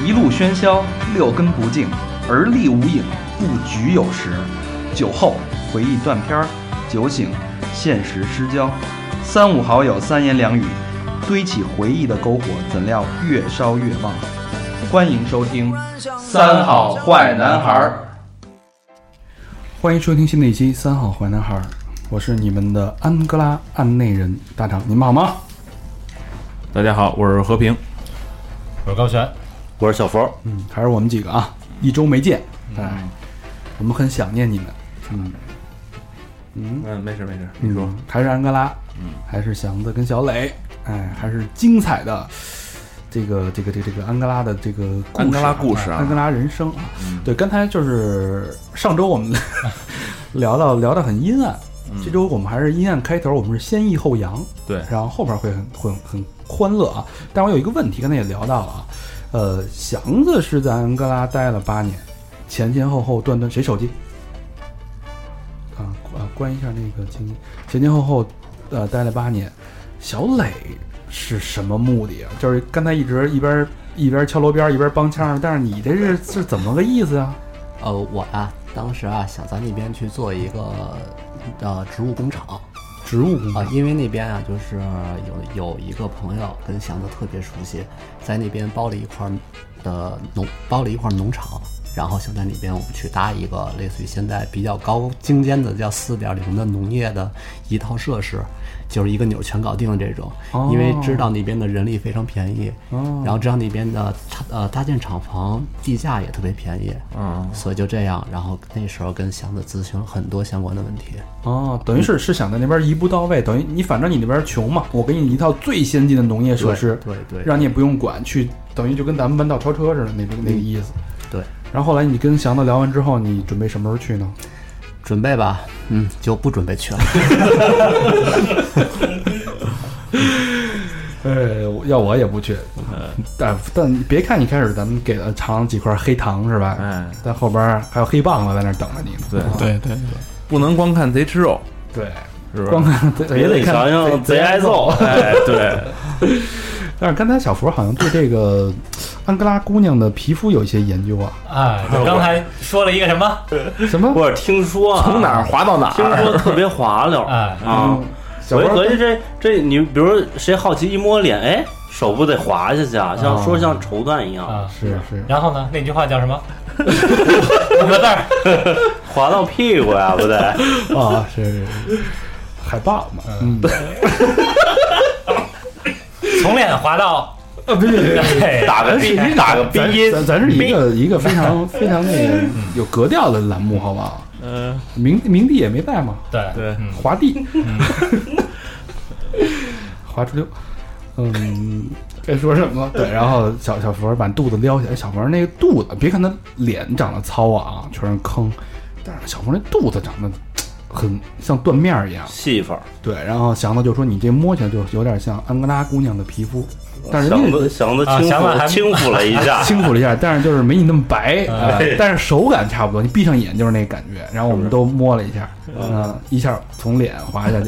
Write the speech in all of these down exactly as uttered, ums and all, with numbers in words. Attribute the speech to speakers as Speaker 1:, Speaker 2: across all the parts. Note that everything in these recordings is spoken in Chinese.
Speaker 1: 一路喧嚣，六根不净，而立无影，不局有时。酒后回忆断片儿，酒醒现实失焦。三五好友三言两语，堆起回忆的篝火，怎料越烧越旺。欢迎收听《三好坏男孩》。
Speaker 2: 欢迎收听新的一期《三好坏男孩》，我是你们的安哥拉案内人大长，你们好吗？
Speaker 3: 大家好，我是和平，
Speaker 4: 我是高璇，
Speaker 5: 我是小佛。
Speaker 2: 嗯，还是我们几个啊，一周没见，哎、嗯，我们很想念你们。嗯
Speaker 3: 嗯嗯，没事没事，你说、
Speaker 2: 嗯、还是安哥拉，嗯，还是祥子跟小磊，哎，还是精彩的这个这个这个这个安哥拉的这个故事
Speaker 3: 安哥拉故事啊，
Speaker 2: 安哥拉人生啊。嗯、对，刚才就是上周我们聊到聊到很阴暗。嗯、这周我们还是阴暗开头，我们是先抑后扬，
Speaker 3: 对，
Speaker 2: 然后后边会很会很欢乐啊。但我有一个问题，刚才也聊到了啊，呃，祥子是在安哥拉待了八年，前前后后断断谁手机？啊啊，关一下那个经前前后后呃待了八年。小磊是什么目的啊？就是刚才一直一边一边敲锣边一边帮腔，但是你这是是怎么个意思啊？
Speaker 5: 呃，我啊，当时啊想在那边去做一个呃植物工厂，
Speaker 2: 植物工厂
Speaker 5: 啊、呃，因为那边啊就是有有一个朋友跟祥子特别熟悉，在那边包了一块的农包了一块农场，然后想在那边我们去搭一个类似于现在比较高精尖的叫四点零的农业的一套设施。就是一个钮全搞定的这种，哦、因为知道那边的人力非常便宜，哦、然后知道那边的呃搭建厂房地价也特别便宜，嗯，所以就这样，然后那时候跟祥子咨询了很多相关的问题。
Speaker 2: 哦，等于是是想在那边一步到位，等于你反正你那边穷嘛，我给你一套最先进的农业设施，
Speaker 5: 对 对, 对，
Speaker 2: 让你也不用管，去等于就跟咱们弯道超车似的那个、嗯、那个意思。
Speaker 5: 对。
Speaker 2: 然后后来你跟祥子聊完之后，你准备什么时候去呢？
Speaker 5: 准备吧，嗯，就不准备去了。
Speaker 2: 呃，要我也不去，但但别看一开始咱们给了尝几块黑糖是吧？哎，但后边还有黑棒子在那等着你呢。
Speaker 3: 对
Speaker 2: 对对对，
Speaker 3: 不能光看贼吃肉，
Speaker 2: 对，
Speaker 3: 是吧？
Speaker 2: 光看
Speaker 5: 也得想想贼挨揍。
Speaker 3: 哎，对。
Speaker 2: 但是刚才小佛好像对这个安哥拉姑娘的皮肤有一些研究啊！
Speaker 4: 哎，刚才说了一个什么？
Speaker 2: 什么？
Speaker 5: 我听说、啊、
Speaker 3: 从哪儿滑到哪儿，
Speaker 5: 听说特别滑溜。
Speaker 4: 哎
Speaker 5: 啊，我一合计这这你比如谁好奇一摸脸，哎，手不得滑下去啊？像说像绸缎一样
Speaker 4: 啊，
Speaker 2: 是是。
Speaker 4: 然后呢？那句话叫什么？五个字儿，
Speaker 5: 滑到屁股呀，不对
Speaker 2: 啊，是是是，海豹嘛，嗯。
Speaker 4: 从脸滑到
Speaker 2: 啊，不是，
Speaker 5: 打个鼻打个鼻音，
Speaker 2: 咱咱是一个一个非常非常那个有格调的栏目，好不好？嗯，明明帝也没在嘛，
Speaker 4: 对
Speaker 3: 对，
Speaker 2: 华帝，华出溜，嗯，该说什么？对，然后小小佛把肚子撩起来，小佛那个肚子，别看他脸长得糙啊，全是坑，但是小佛那肚子长得很像缎面一样
Speaker 5: 细缝。
Speaker 2: 对，然后祥子就说你这摸起来就有点像安哥拉姑娘的皮肤，但是
Speaker 5: 祥子祥子轻抚、啊、轻抚了一下，
Speaker 2: 轻抚了一下，但是就是没你那么白，呃、但是手感差不多，你闭上眼就是那感觉。然后我们都摸了一下，嗯、呃，一下从脸滑下去，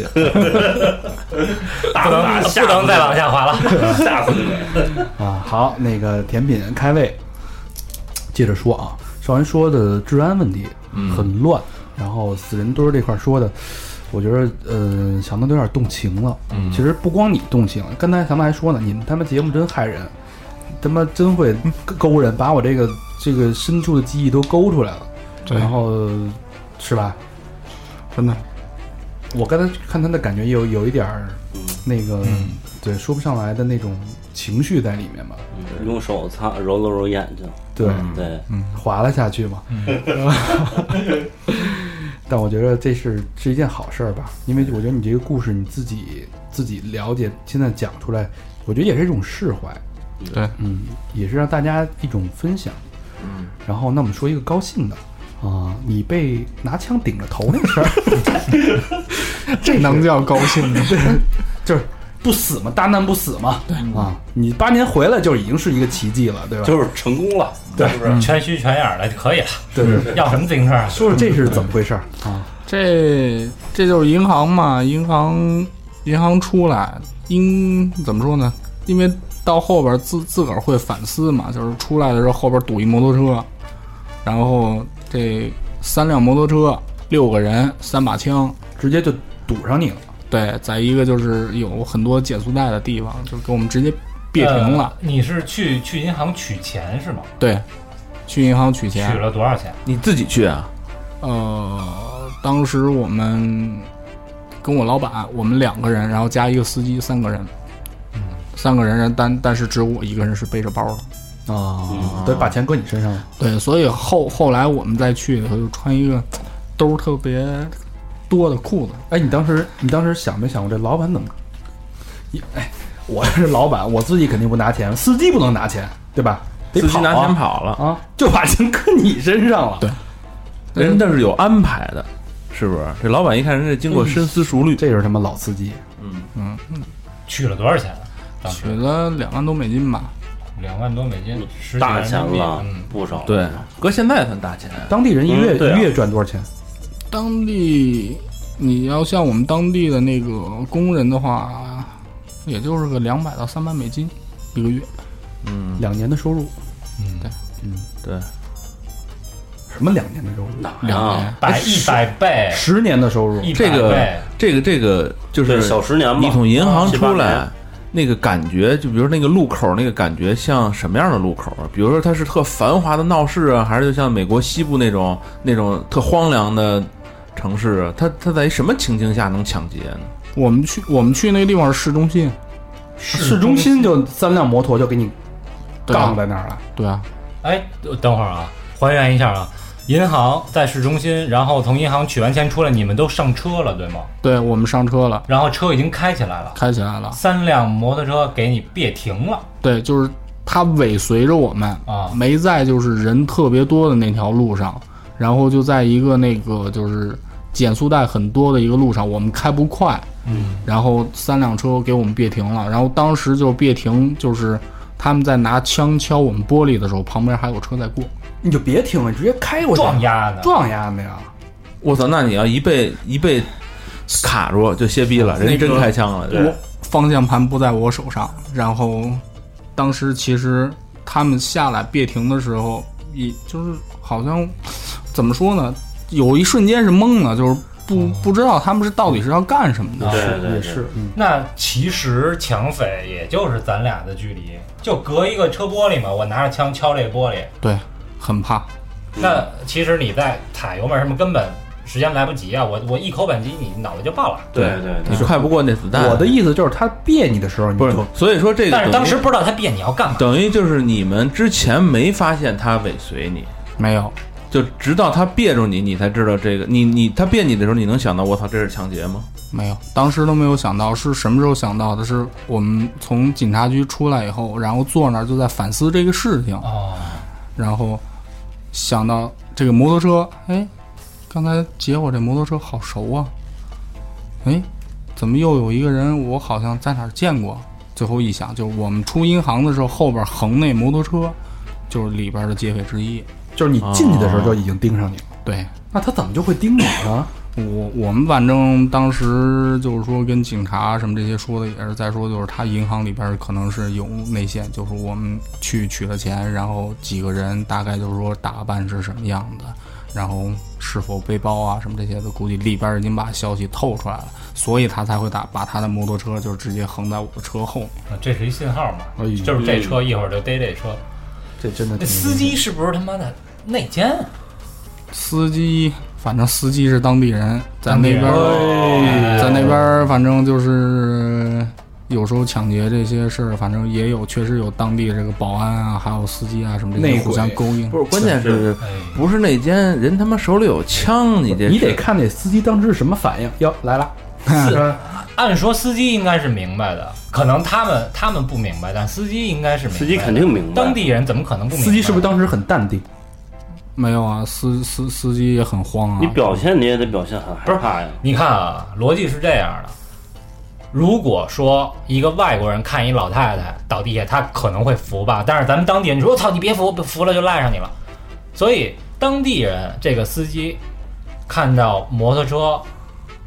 Speaker 4: 不能不能再往下滑了，
Speaker 5: 吓死你
Speaker 2: 啊！好，那个甜品开胃，接着说啊，上回说的治安问题很乱。嗯，然后死人堆这块说的，我觉得呃，祥子有点动情了。嗯，其实不光你动情，刚才祥子还说呢，你们他妈节目真害人，他妈真会勾人，把我这个这个深处的记忆都勾出来了。然后是吧？真的，我刚才看他的感觉有有一点儿那个、嗯、对说不上来的那种情绪在里面吧。
Speaker 5: 用手擦揉了揉眼睛。
Speaker 2: 对、
Speaker 5: 嗯、对，
Speaker 2: 嗯，滑了下去嘛。嗯、但我觉得这是是一件好事吧，因为我觉得你这个故事你自己自己了解，现在讲出来，我觉得也是一种释怀。
Speaker 3: 对，
Speaker 2: 嗯，也是让大家一种分享。嗯，然后那我们说一个高兴的啊、呃，你被拿枪顶着头那个事儿，这能叫高兴吗？对，就是。不死嘛，大难不死嘛，对啊，你八年回来就已经是一个奇迹了，对吧？
Speaker 5: 就是成功了，
Speaker 2: 对，
Speaker 4: 是不是全虚全眼的就可以了？
Speaker 2: 对对对，
Speaker 4: 要什么自行车？
Speaker 2: 说说这是怎么回事啊？
Speaker 6: 这这就是银行嘛，银行银行出来，应怎么说呢？因为到后边自自个儿会反思嘛，就是出来的时候后边堵一摩托车，然后这三辆摩托车六个人三把枪
Speaker 2: 直接就堵上你了。
Speaker 6: 对，在一个就是有很多减速带的地方，就给我们直接别停了。
Speaker 4: 呃、你是去去银行取钱是吗？
Speaker 6: 对，去银行取钱。
Speaker 4: 取了多少钱？
Speaker 3: 你自己去啊？
Speaker 6: 呃，当时我们跟我老板，我们两个人，然后加一个司机，三个人。嗯，三个人，但但是只有我一个人是背着包的。
Speaker 2: 啊，对，把钱搁你身上了。
Speaker 6: 对，所以后后来我们再去的时候，就穿一个兜特别多的裤子。
Speaker 2: 哎，你当时你当时想没想过这老板怎么？哎，我是老板，我自己肯定不拿钱，司机不能拿钱，对吧？得
Speaker 3: 司机拿钱
Speaker 2: 跑
Speaker 3: 跑了
Speaker 2: 啊，就把钱搁你身上了。
Speaker 6: 对，
Speaker 3: 人那是有安排的，是不是？这老板一看人家经过深思熟虑，
Speaker 2: 这就是他妈老司机。
Speaker 3: 嗯
Speaker 6: 嗯嗯，
Speaker 4: 取了多少钱？
Speaker 6: 取了两万多美金吧。
Speaker 4: 两万多美金，十
Speaker 7: 大钱了，
Speaker 4: 嗯，
Speaker 7: 不少。
Speaker 3: 对，搁现在算大钱。
Speaker 2: 当地人一月、
Speaker 7: 嗯啊、
Speaker 2: 一月赚多少钱？
Speaker 6: 当地你要像我们当地的那个工人的话，也就是个两百到三百美金一个月。
Speaker 3: 嗯，
Speaker 2: 两年的收入。
Speaker 4: 嗯，
Speaker 6: 对，
Speaker 3: 嗯对。
Speaker 2: 什么两年的收入？
Speaker 6: 两年，
Speaker 4: 百一百倍，
Speaker 2: 十年的收入。
Speaker 3: 这个这个这个就是
Speaker 7: 小十年吧。
Speaker 3: 你从银行出来。那个感觉，就比如那个路口，那个感觉像什么样的路口啊？比如说它是特繁华的闹市啊，还是就像美国西部那种那种特荒凉的城市啊？它它在什么情境下能抢劫呢？
Speaker 6: 我们去我们去那个地方是市中心，
Speaker 2: 市中心就三辆摩托就给你杠在那儿了。
Speaker 6: 对啊。
Speaker 4: 哎，等会儿啊，还原一下啊。银行在市中心，然后从银行取完钱出来，你们都上车了，对吗？
Speaker 6: 对，我们上车了，
Speaker 4: 然后车已经开起来了，
Speaker 6: 开起来了，
Speaker 4: 三辆摩托车给你别停了。
Speaker 6: 对，就是他尾随着我们
Speaker 4: 啊，
Speaker 6: 没在就是人特别多的那条路上，然后就在一个那个就是减速带很多的一个路上，我们开不快，
Speaker 4: 嗯，
Speaker 6: 然后三辆车给我们别停了，然后当时就别停，就是他们在拿枪敲我们玻璃的时候，旁边还有车在过。
Speaker 2: 你就别停了，直接开过去，
Speaker 4: 撞压的，
Speaker 2: 撞压的呀！
Speaker 3: 我操，那你要一被一被卡住就歇逼了，人家真开枪了。
Speaker 6: 我方向盘不在我手上，然后当时其实他们下来别停的时候，也就是好像怎么说呢，有一瞬间是懵的，就是不不知道他们是到底是要干什么的。
Speaker 7: 对对对，
Speaker 2: 也是。
Speaker 4: 嗯、那其实抢匪也就是咱俩的距离，就隔一个车玻璃嘛，我拿着枪敲这个玻璃。
Speaker 6: 对。很怕，
Speaker 4: 那其实你在踩油门什么根本时间来不及啊！我我一口扳机，你脑袋就爆了。
Speaker 7: 对对对，
Speaker 3: 你快不过那子弹。
Speaker 2: 我的意思就是他别你的时候，你
Speaker 3: 不是，所以说这个，
Speaker 4: 但是当时不知道他别你要干嘛，
Speaker 3: 等于就是你们之前没发现他尾随你，
Speaker 6: 没有，
Speaker 3: 就直到他别住你，你才知道这个。你你他别你的时候，你能想到我操这是抢劫吗？
Speaker 6: 没有，当时都没有想到。是什么时候想到的？是我们从警察局出来以后，然后坐那儿就在反思这个事情。
Speaker 4: 哦。
Speaker 6: 然后想到这个摩托车，哎，刚才劫我这摩托车好熟啊，哎，怎么又有一个人我好像在哪儿见过？最后一想，就是我们出银行的时候，后边横那摩托车就是里边的劫匪之一，
Speaker 2: 就是你进去的时候就已经盯上你了。
Speaker 6: 哦、对，
Speaker 2: 那他怎么就会盯你呢？
Speaker 6: 我我们反正当时就是说跟警察什么这些说的也是再说，就是他银行里边可能是有内线，就是我们去取了钱，然后几个人大概就是说打扮是什么样的，然后是否背包啊什么这些的，估计里边已经把消息透出来了，所以他才会打把他的摩托车就直接横在我的车后面。
Speaker 4: 啊，这是一信号嘛？
Speaker 2: 哎、
Speaker 4: 就是这车一会儿就逮这车，
Speaker 2: 这真的。
Speaker 4: 那司机是不是他妈的内奸？
Speaker 6: 司机。反正司机是当地人，在那边，在那边，反正就是有时候抢劫这些事儿，反正也有，确实有当地这个保安啊，还有司机啊什么这些互相勾应。
Speaker 3: 不是，关键是不是内奸，人他妈手里有枪，你这
Speaker 2: 你得看那司机当时是什么反应。哟，来了，
Speaker 4: 按说司机应该是明白的，可能他们他们不明白，但司机应该是明白的。
Speaker 7: 司机肯定明白，
Speaker 4: 当地人怎么可能不明白？
Speaker 2: 司机是不是当时很淡定？
Speaker 6: 没有啊，司司司机也很慌啊。
Speaker 7: 你表现你也得表现很害怕呀。
Speaker 4: 你看啊，逻辑是这样的：如果说一个外国人看一老太太倒地下，他可能会扶吧，但是咱们当地人说：“我操，你别扶，扶了就赖上你了。”所以当地人这个司机看到摩托车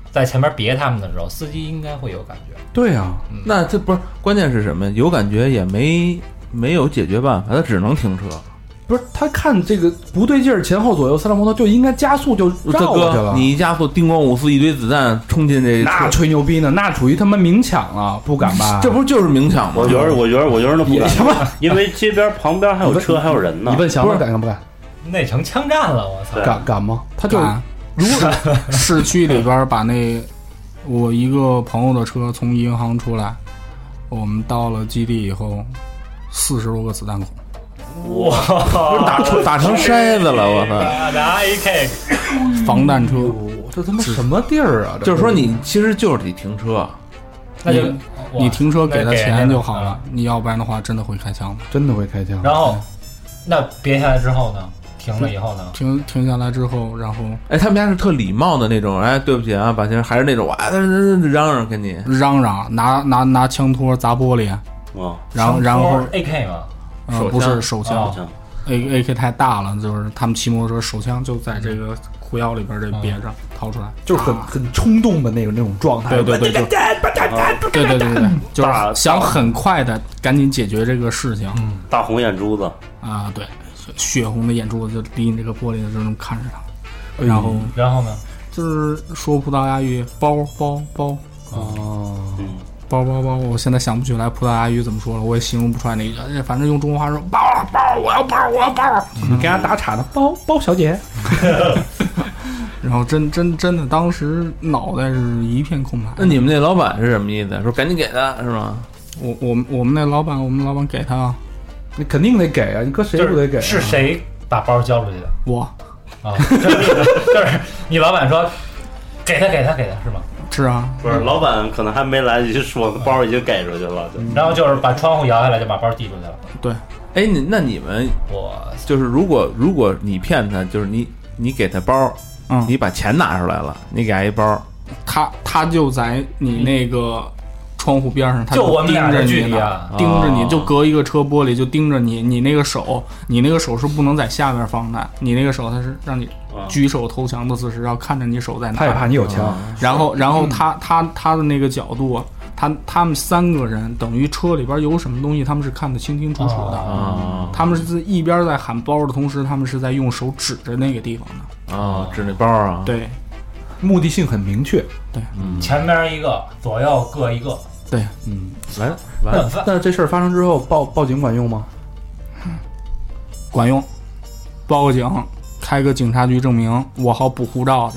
Speaker 4: 在前面别他们的时候，司机应该会有感觉。
Speaker 2: 对啊，
Speaker 3: 那这不是关键是什么？有感觉也没没有解决办法，他只能停车。
Speaker 2: 不是他看这个不对劲儿，前后左右三辆摩托就应该加速就绕过去了。
Speaker 3: 你一加速，叮咣五四一堆子弹冲进这，
Speaker 2: 那吹牛逼呢？那属于他妈明抢啊，不敢吧？
Speaker 3: 这不就是明抢吗？
Speaker 7: 我觉得，我觉得，我觉得那不敢
Speaker 2: 什么？
Speaker 7: 因为街边旁边还有车，还有人呢。
Speaker 2: 你问小马敢不敢？
Speaker 4: 那成枪战了，我操！
Speaker 2: 敢敢吗？他就
Speaker 6: 如果市区里边把那我一个朋友的车从银行出来，我们到了基地以后，四十多个子弹孔。
Speaker 4: 哇，
Speaker 3: 打成打成筛子了，我操！
Speaker 4: 拿 A K
Speaker 6: 防弹车，
Speaker 2: 这他妈什么地儿啊？
Speaker 3: 就是说你其实就是得停车，
Speaker 4: 那就
Speaker 6: 你停车给他钱就好了，你要不然的话真的会开枪的，
Speaker 2: 真的会开枪。
Speaker 4: 然后那别下来之后呢？停了以后呢？
Speaker 6: 停停下来之后，然后
Speaker 3: 哎，他们家是特礼貌的那种，哎，对不起啊，把钱，还是那种哇，嚷嚷跟你
Speaker 6: 嚷嚷，拿拿拿枪托砸玻璃，
Speaker 7: 哇，
Speaker 6: 然后然后
Speaker 4: A K 嘛，
Speaker 6: 呃不是手枪
Speaker 4: 哦
Speaker 6: ，A A K 太大了，就是他们骑摩托车手枪就在这个裤腰里边这别着，掏出来，
Speaker 2: 就是很很冲动的那种那种状态。
Speaker 6: 对对对，就对对对对，就是想很快的赶紧解决这个事情。
Speaker 7: 大红眼珠子
Speaker 6: 啊，对。血红的眼珠子就离你这个玻璃的这种看着他，然后
Speaker 4: 然后呢，
Speaker 6: 就是说葡萄牙语包包包
Speaker 2: 哦，
Speaker 6: 包包包，我现在想不起来葡萄牙语怎么说了，我也形容不出来那个，反正用中国话说包包，我要包我要包，
Speaker 2: 你给他打岔呢，包包小姐。
Speaker 6: 然后真真真的当时脑袋是一片空白。
Speaker 3: 那你们那老板是什么意思？说赶紧给他是吗？
Speaker 6: 我我们我们那老板，我们老板给他。
Speaker 2: 你肯定得给啊！你搁谁不得给、啊
Speaker 4: 就是？是谁把包交出去的？
Speaker 6: 我
Speaker 4: 啊，就是就是你老板说给他给他给他是吗？
Speaker 6: 是啊，
Speaker 7: 不是老板可能还没来得及说，包已经给出去了，就
Speaker 4: 然后就是把窗户摇下来就把包递出去了。
Speaker 6: 对，
Speaker 3: 哎，你那你们
Speaker 4: 我
Speaker 3: 就是如果如果你骗他，就是你你给他包，
Speaker 6: 嗯，
Speaker 3: 你把钱拿出来了，你给他一包，
Speaker 6: 他他就在你那个。窗户边上，他
Speaker 4: 就我们俩
Speaker 6: 的
Speaker 4: 距离啊，
Speaker 6: 盯着你，就隔一个车玻璃，就盯着你。你那个手，你那个手是不能在下面放的，你那个手他是让你举手投降的姿势，要看着你手在哪。
Speaker 2: 他也怕你有枪。
Speaker 6: 然后，然后他他他的那个角度，他他们三个人等于车里边有什么东西，他们是看得清清楚楚的。
Speaker 3: 啊，
Speaker 6: 他们是一边在喊包的同时，他们是在用手指着那个地方的。
Speaker 3: 啊，指那包啊。
Speaker 6: 对，
Speaker 2: 目的性很明确。
Speaker 6: 对，
Speaker 3: 嗯，
Speaker 4: 前面一个，左右各一个。
Speaker 6: 对，
Speaker 2: 嗯，
Speaker 3: 完完
Speaker 2: 了。那这事儿发生之后，报报警管用吗？
Speaker 6: 管用，报个警，开个警察局证明，我好补护照去。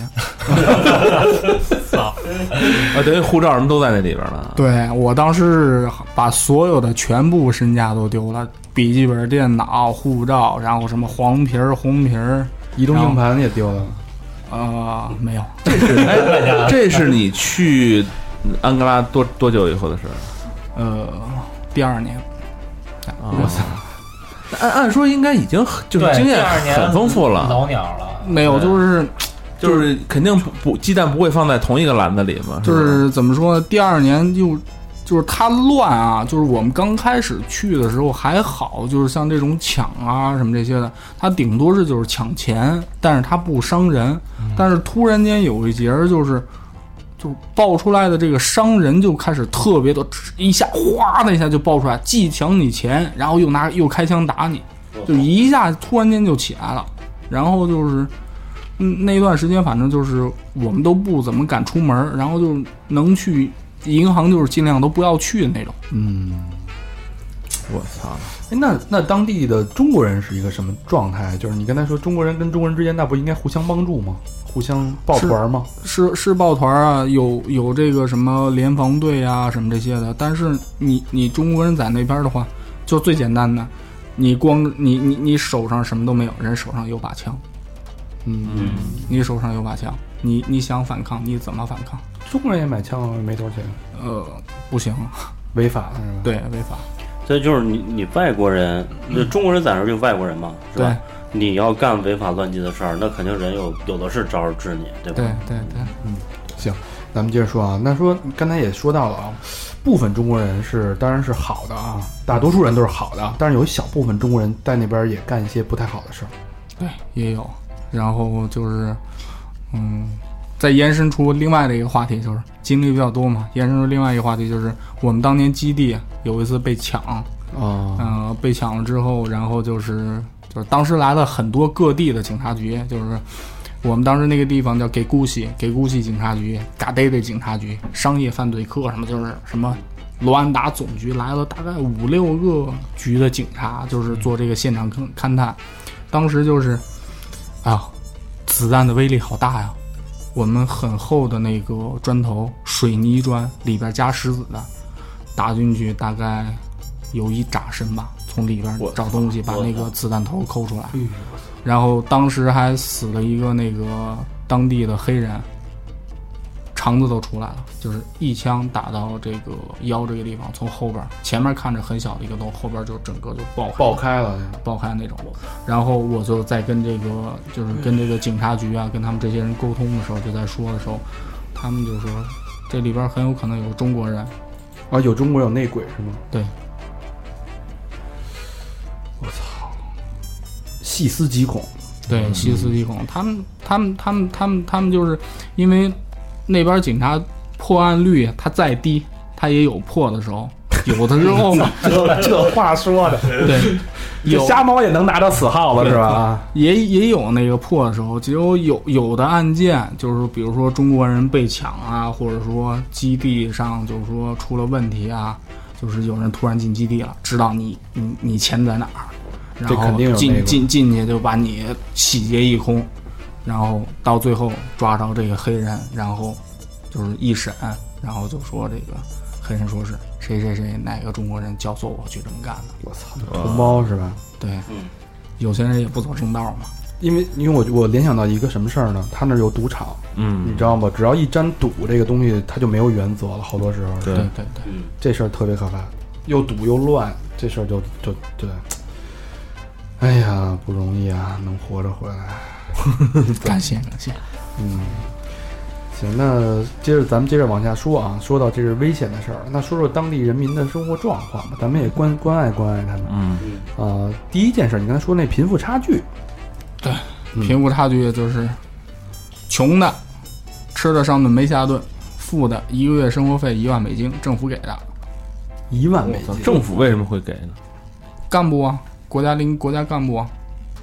Speaker 3: 啊，等于护照什么都在那里边了。
Speaker 6: 对，我当时把所有的全部身家都丢了，笔记本电脑、护照，然后什么黄皮儿、红皮儿，
Speaker 2: 移动硬盘也丢了。
Speaker 6: 呃，没有。
Speaker 3: 这是哎，这是你去安哥拉多多久以后的事？
Speaker 6: 呃，第二年。
Speaker 3: 我操！按按说应该已经就是经验很丰富了，
Speaker 4: 老鸟了。
Speaker 6: 没有，就是
Speaker 3: 就是肯定不不鸡蛋不会放在同一个篮子里嘛。
Speaker 6: 就是怎么说呢？第二年就就是它乱啊，就是我们刚开始去的时候还好，就是像这种抢啊什么这些的，它顶多是就是抢钱，但是它不伤人。嗯、但是突然间有一节就是。就爆出来的这个伤人就开始特别多，一下哗的一下就爆出来，既抢你钱，然后又拿又开枪打你，就一下突然间就起来了。然后就是嗯那段时间反正就是我们都不怎么敢出门，然后就能去银行就是尽量都不要去的那种。
Speaker 2: 嗯，
Speaker 3: 我操！
Speaker 2: 哎，那那当地的中国人是一个什么状态？就是你刚才说中国人跟中国人之间，那不应该互相帮助吗？互相抱团吗？
Speaker 6: 是 是, 是抱团啊，有有这个什么联防队啊什么这些的。但是你你中国人在那边的话，就最简单的，你光你你你手上什么都没有，人手上有把枪，
Speaker 2: 嗯，
Speaker 6: 你手上有把枪，你你想反抗，你怎么反抗？
Speaker 2: 中国人也买枪没多少钱，
Speaker 6: 呃，不行，
Speaker 2: 违法是吧？
Speaker 6: 对，违法。
Speaker 7: 这就是你你外国人，嗯、中国人在那儿就外国人嘛，是吧？
Speaker 6: 对。
Speaker 7: 你要干违法乱纪的事儿，那肯定人有有的是招治你，对吧？
Speaker 6: 对对对，
Speaker 2: 嗯，行，咱们接着说啊。那说刚才也说到了啊，部分中国人是当然是好的啊，大多数人都是好的，但是有一小部分中国人在那边也干一些不太好的事儿。
Speaker 6: 对，也有。然后就是，嗯， 再延伸出另外的一个话题，就是经历比较多嘛，延伸出另外一个话题就是我们当年基地有一次被抢，
Speaker 2: 哦，
Speaker 6: 呃，被抢了之后，然后就是就是当时来了很多各地的警察局，就是我们当时那个地方叫给姑西，给姑西警察局、嘎嘚嘚警察局、商业犯罪科什么，就是什么罗安达总局来了大概五六个局的警察，就是做这个现场勘勘探。当时就是啊，子弹的威力好大呀！我们很厚的那个砖头，水泥砖里边加石子的，打进去大概有一拃深吧，从里边找东西把那个子弹头抠出来。然后当时还死了一个那个当地的黑人，肠子都出来了，就是一枪打到这个腰这个地方，从后边前面看着很小的一个洞，后边就整个就爆开
Speaker 2: 爆开了，
Speaker 6: 爆开那种。然后我就在跟这个就是跟这个警察局啊，跟他们这些人沟通的时候，就在说的时候，他们就说这里边很有可能有中国人
Speaker 2: 啊，有中国有内鬼是吗？
Speaker 6: 对。
Speaker 2: 我操，细思极恐。
Speaker 6: 对，细思极恐。他们他们他们他们他们就是因为那边警察破案率他再低，他也有破的时候，有的时候
Speaker 2: 这这话说的，
Speaker 6: 对，有
Speaker 2: 瞎猫也能拿到死耗子是吧？
Speaker 6: 也也有那个破的时候，只有有有的案件，就是比如说中国人被抢啊，或者说基地上就是说出了问题啊，就是有人突然进基地了，知道你你你钱在哪儿，然
Speaker 2: 这肯定有
Speaker 6: 后进
Speaker 2: 那个
Speaker 6: 进进去就把你洗劫一空，然后到最后抓着这个黑人，然后就是一审，然后就说这个黑人说是谁谁谁哪个中国人教唆我去这么干的。
Speaker 2: 我操，同胞是吧？
Speaker 6: 对，有些人也不走正道嘛。
Speaker 2: 因为因为我我联想到一个什么事儿呢？他那儿有赌场，
Speaker 3: 嗯，
Speaker 2: 你知道吗？只要一沾赌这个东西，他就没有原则了。好多时候，
Speaker 3: 对
Speaker 6: 对对对，
Speaker 2: 这事儿特别可怕，又赌又乱，这事儿就就对。哎呀，不容易啊，能活着回来。
Speaker 6: 感谢感谢。
Speaker 2: 嗯，行，那接着咱们接着往下说啊，说到这是危险的事儿，那说说当地人民的生活状况吧，咱们也关关爱关爱他们。
Speaker 3: 嗯，
Speaker 2: 呃，第一件事，你刚才说那贫富差距，
Speaker 6: 对，贫富差距就是穷的吃的上顿没下顿，富的一个月生活费一万美金，政府给的。
Speaker 2: 一万美金，
Speaker 3: 政府为什么会给呢？
Speaker 6: 干部啊，国家领国家干部啊，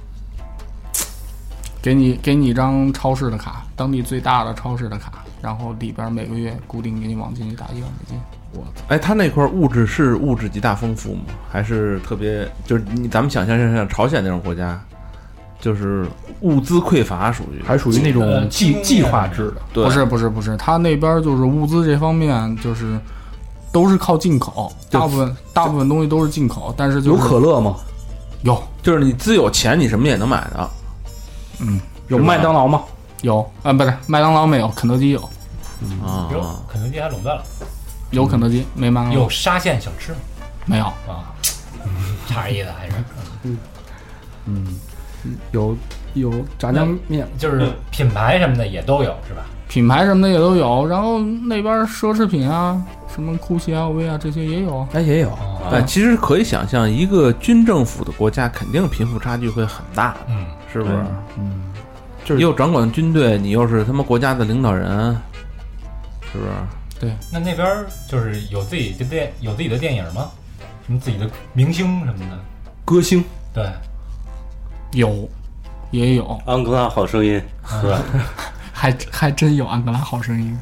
Speaker 6: 给你给你一张超市的卡，当地最大的超市的卡，然后里边每个月固定给你往进去打一万美金。
Speaker 3: 我操！哎，他那块物质是物质极大丰富吗？还是特别就是你咱们想象像像朝鲜那种国家，就是物资匮乏，属于
Speaker 2: 还属于那种计计划制的。
Speaker 3: 对，
Speaker 6: 不是不是不是，他那边就是物资这方面就是都是靠进口，大部分大部分东西都是进口，但是、就是、
Speaker 2: 有可乐吗？
Speaker 6: 有，
Speaker 3: 就是你资有钱，你什么也能买的。
Speaker 6: 嗯，
Speaker 2: 有麦当劳吗？
Speaker 6: 有啊，不是麦当劳没有，肯德基有，
Speaker 3: 啊、
Speaker 4: 有肯德基还垄断了，
Speaker 6: 有肯德基没麦当劳，
Speaker 4: 有沙县小吃吗？
Speaker 6: 没有
Speaker 4: 啊？差点意思还是
Speaker 2: 嗯嗯，有有炸酱面，
Speaker 4: 就是品牌什么的也都有是吧？
Speaker 6: 品牌什么的也都有，然后那边奢侈品啊，什么 GUCCI、L V 啊这些也有，
Speaker 2: 哎也有。
Speaker 3: 但其实可以想象，一个军政府的国家肯定贫富差距会很大，
Speaker 4: 嗯，
Speaker 3: 是不是？
Speaker 2: 嗯，就是
Speaker 3: 你又掌管军队，你又是他妈国家的领导人，是不是？
Speaker 6: 对。
Speaker 4: 那那边就是有自己的电有自己的电影吗？什么自己的明星什么的？
Speaker 2: 歌星
Speaker 4: 对，
Speaker 6: 有，也有，
Speaker 7: 安哥拉好声音是吧？
Speaker 6: 还还真有安哥拉好声音，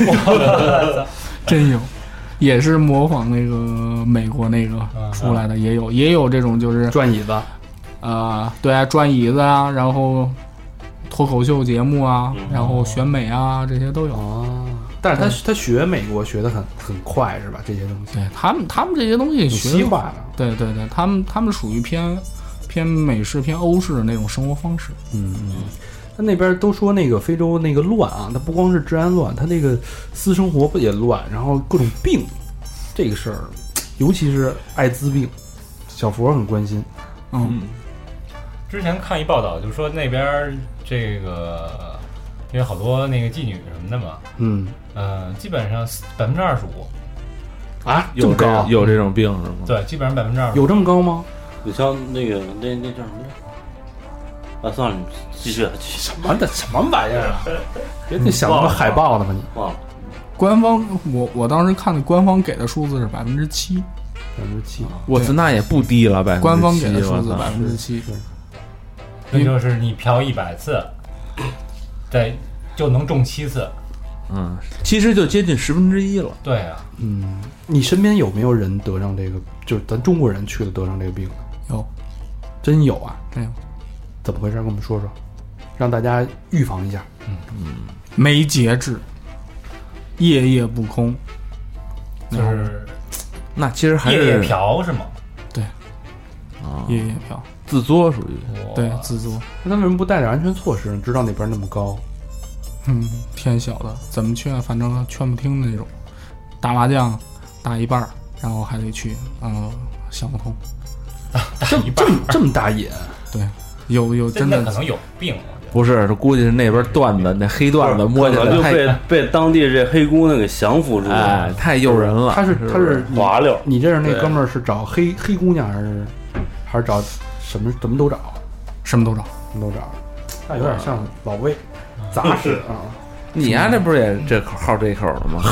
Speaker 6: 真有，也是模仿那个美国那个出来的，也有也有这种就是
Speaker 2: 转椅子，
Speaker 6: 呃，对啊，转椅子啊，然后脱口秀节目啊，然后选美啊，这些都有。
Speaker 2: 哦，但是他他学美国学的很很快是吧？这些东西，
Speaker 6: 对他们他们这些东西学
Speaker 2: 西化的，
Speaker 6: 对对对，他们他们属于偏偏美式偏欧式的那种生活方式。
Speaker 2: 嗯嗯。他那边都说那个非洲那个乱啊，他不光是治安乱，他那个私生活不也乱，然后各种病，这个事儿，尤其是艾滋病，小佛很关心。
Speaker 6: 嗯，
Speaker 4: 之前看一报道，就说那边这个因为好多那个妓女什么的嘛，
Speaker 2: 嗯，
Speaker 4: 呃，基本上百分之二十五
Speaker 2: 啊，这么
Speaker 3: 有这
Speaker 2: 高？
Speaker 3: 有这种病是吗？
Speaker 4: 对，基本上百分之二十五。
Speaker 2: 有这么高吗？
Speaker 7: 你像那个那那叫什么来？ 啊，算了，你继续继续。
Speaker 2: 什么的什么玩意儿啊？别你想什么海报呢吗你？
Speaker 7: 忘了。
Speaker 6: 官方我我当时看的官方给的数字是百分之七，
Speaker 2: 百分之七。
Speaker 3: 我操，那也不低了，百分之七。
Speaker 6: 官方给的数字百分之七，
Speaker 4: 那就是你嫖一百次，对，就能中七次。
Speaker 3: 嗯，其实就接近十分之一了。
Speaker 4: 对啊，
Speaker 2: 嗯，你身边有没有人得上这个？就是咱中国人去了得上这个病的？
Speaker 6: 有，
Speaker 2: 真有啊？
Speaker 6: 真有。
Speaker 2: 怎么回事？跟我们说说，让大家预防一下。
Speaker 6: 嗯嗯，没节制，夜夜不空，
Speaker 4: 就是
Speaker 3: 那其实还是
Speaker 4: 夜夜嫖是吗？
Speaker 6: 对，
Speaker 3: 啊，
Speaker 6: 夜夜嫖，
Speaker 3: 自作属于。
Speaker 6: 对，自作。
Speaker 2: 那他为什么不带点安全措施？知道那边那么高。
Speaker 6: 嗯，天晓得怎么劝，反正劝不听的那种。打麻将打一半，然后还得去，嗯，想不通。
Speaker 2: 这么这么这么大瘾？
Speaker 6: 对，有有真的
Speaker 4: 可能有病。
Speaker 3: 不是，这估计是那边段子，那黑段子摸起来
Speaker 7: 就被被当地这黑姑娘给降服住了，
Speaker 3: 哎，太诱人了。
Speaker 2: 他是他是
Speaker 7: 滑溜。
Speaker 2: 你这是那哥们儿是找黑黑姑娘还是还是找什么什么都找？
Speaker 6: 什么都找，
Speaker 2: 什么都找。那有点像老魏。杂事啊！
Speaker 3: 你呀、啊，这不是也这口好这一口的吗？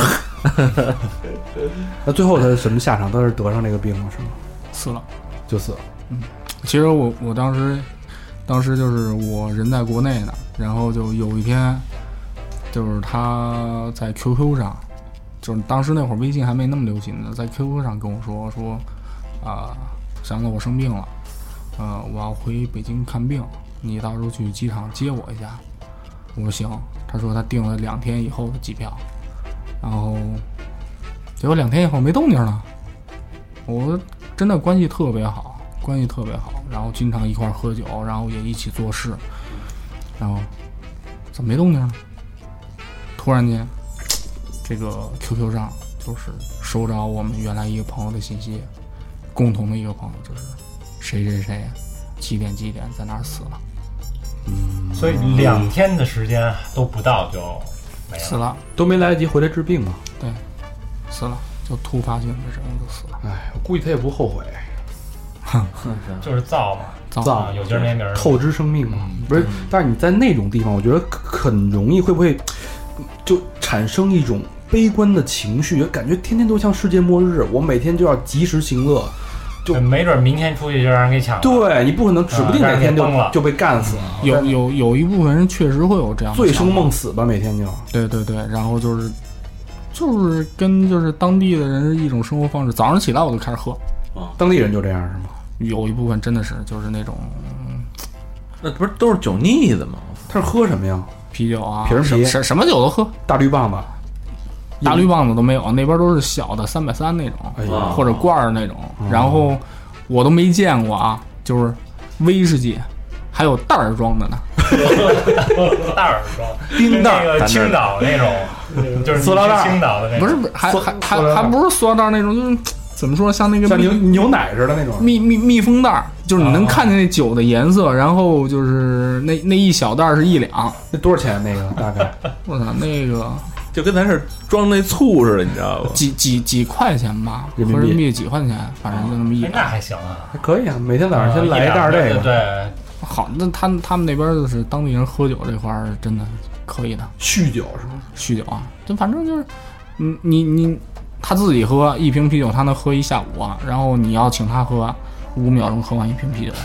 Speaker 2: 那最后他什么下场？他是得上这个病了是吗？
Speaker 6: 死了，
Speaker 2: 就死了。
Speaker 6: 嗯，其实我我当时，当时就是我人在国内呢，然后就有一天，就是他在 Q Q 上，就是当时那会儿微信还没那么流行呢，在 Q Q 上跟我说说，啊、呃，祥子我生病了，呃，我要回北京看病，你到时候去机场接我一下。我说行，他说他订了两天以后的机票，然后结果两天以后没动静了。我真的关系特别好，关系特别好，然后经常一块喝酒，然后也一起做事，然后怎么没动静呢？突然间，这个 Q Q 上就是收着我们原来一个朋友的信息，共同的一个朋友就是谁谁谁几点几点在哪儿死了。
Speaker 2: 嗯，
Speaker 4: 所以两天的时间都不到就没了，
Speaker 6: 死了，
Speaker 2: 都没来得及回来治病嘛。
Speaker 6: 对，死了，就突发性的这种就死了。
Speaker 2: 哎，我估计他也不后悔，
Speaker 4: 就是造嘛，
Speaker 2: 造、
Speaker 4: 啊、有今儿没明儿，
Speaker 2: 透支生命嘛。嗯、不是，但是你在那种地方，我觉得很容易会不会就产生一种悲观的情绪，感觉天天都像世界末日，我每天就要及时行乐。就
Speaker 4: 没准明天出去就让人给抢了。
Speaker 2: 对，你不可能，指不定哪天就、
Speaker 4: 啊、
Speaker 2: 就被干死了。
Speaker 6: 有有有一部分人确实会有这样的
Speaker 2: 醉生梦死吧，每天就。
Speaker 6: 对对对，然后就是就是跟就是当地的人一种生活方式，早上起来我就开始喝。
Speaker 2: 啊，当地人就这样是吗？
Speaker 6: 有一部分真的是就是那种，
Speaker 3: 那不是都是酒腻子吗？
Speaker 2: 他是喝什么呀？
Speaker 6: 啤酒啊，
Speaker 2: 瓶啤，
Speaker 6: 什什么酒都喝，
Speaker 2: 大绿棒子。
Speaker 6: 大绿棒子都没有，那边都是小的三百三那种、哎，或者罐儿那种、嗯，然后我都没见过啊，就是威士忌，还有袋儿装的呢，
Speaker 4: 袋儿装，
Speaker 2: 冰袋，
Speaker 4: 那个青岛那种，就是
Speaker 2: 塑料袋，
Speaker 4: 青岛的那种，
Speaker 6: 不是不是，还还还还不是塑料袋那种，就是怎么说，像那个
Speaker 2: 像牛牛奶似的那种
Speaker 6: 密密密封袋，就是你能看见那酒的颜色，然后就是那那一小袋是一两，
Speaker 2: 那多少钱？那个大概？
Speaker 6: 我操，那个。
Speaker 3: 就跟咱这装那醋似的，你知道吧？
Speaker 6: 几几几块钱吧，合人民币几块钱，反正就那么一。
Speaker 4: 那还行啊，
Speaker 2: 还可以啊。每天早上先来一袋这个。
Speaker 4: 对，
Speaker 6: 好，那他他们那边就是当地人喝酒这块儿真的可以的。
Speaker 2: 酗酒是吗？
Speaker 6: 酗酒啊，就反正就是，你你你，他自己喝一瓶啤酒，他能喝一下午啊。然后你要请他喝，五秒钟喝完一瓶啤酒。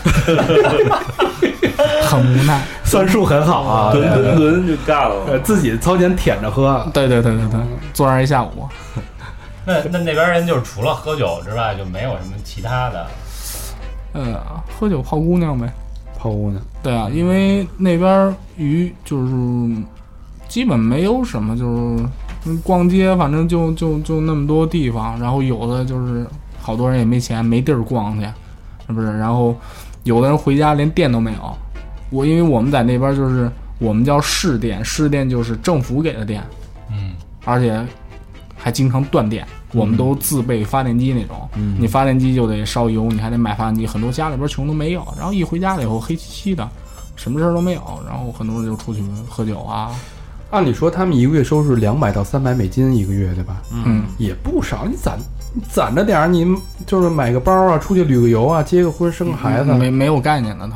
Speaker 6: 很无奈，
Speaker 2: 算术很好啊，
Speaker 7: 吨吨吨就干了，
Speaker 2: 自己操钱舔着喝。
Speaker 6: 对对对对对，坐那儿一下午。
Speaker 4: 那那那边人就是除了喝酒之外，就没有什么其他的。
Speaker 6: 呃，喝酒泡姑娘呗，
Speaker 2: 泡姑娘。
Speaker 6: 对啊，因为那边鱼就是基本没有什么，就是逛街，反正就就就那么多地方，然后有的就是好多人也没钱，没地儿逛去，是不是？然后。有的人回家连店都没有，我因为我们在那边就是我们叫市店，市店就是政府给的店，
Speaker 4: 嗯，
Speaker 6: 而且还经常断电，我们都自备发电机那种，
Speaker 2: 嗯，
Speaker 6: 你发电机就得烧油，你还得买发电机，很多家里边穷都没有，然后一回家了以后黑漆漆的，什么事都没有，然后很多人就出去喝酒啊。
Speaker 2: 按理说他们一个月收入两百到三百美金一个月，对吧？
Speaker 6: 嗯，
Speaker 2: 也不少，你攒。攒着点儿，你就是买个包啊，出去旅个游啊，结个婚，生个孩子，
Speaker 6: 没没有概念的，他们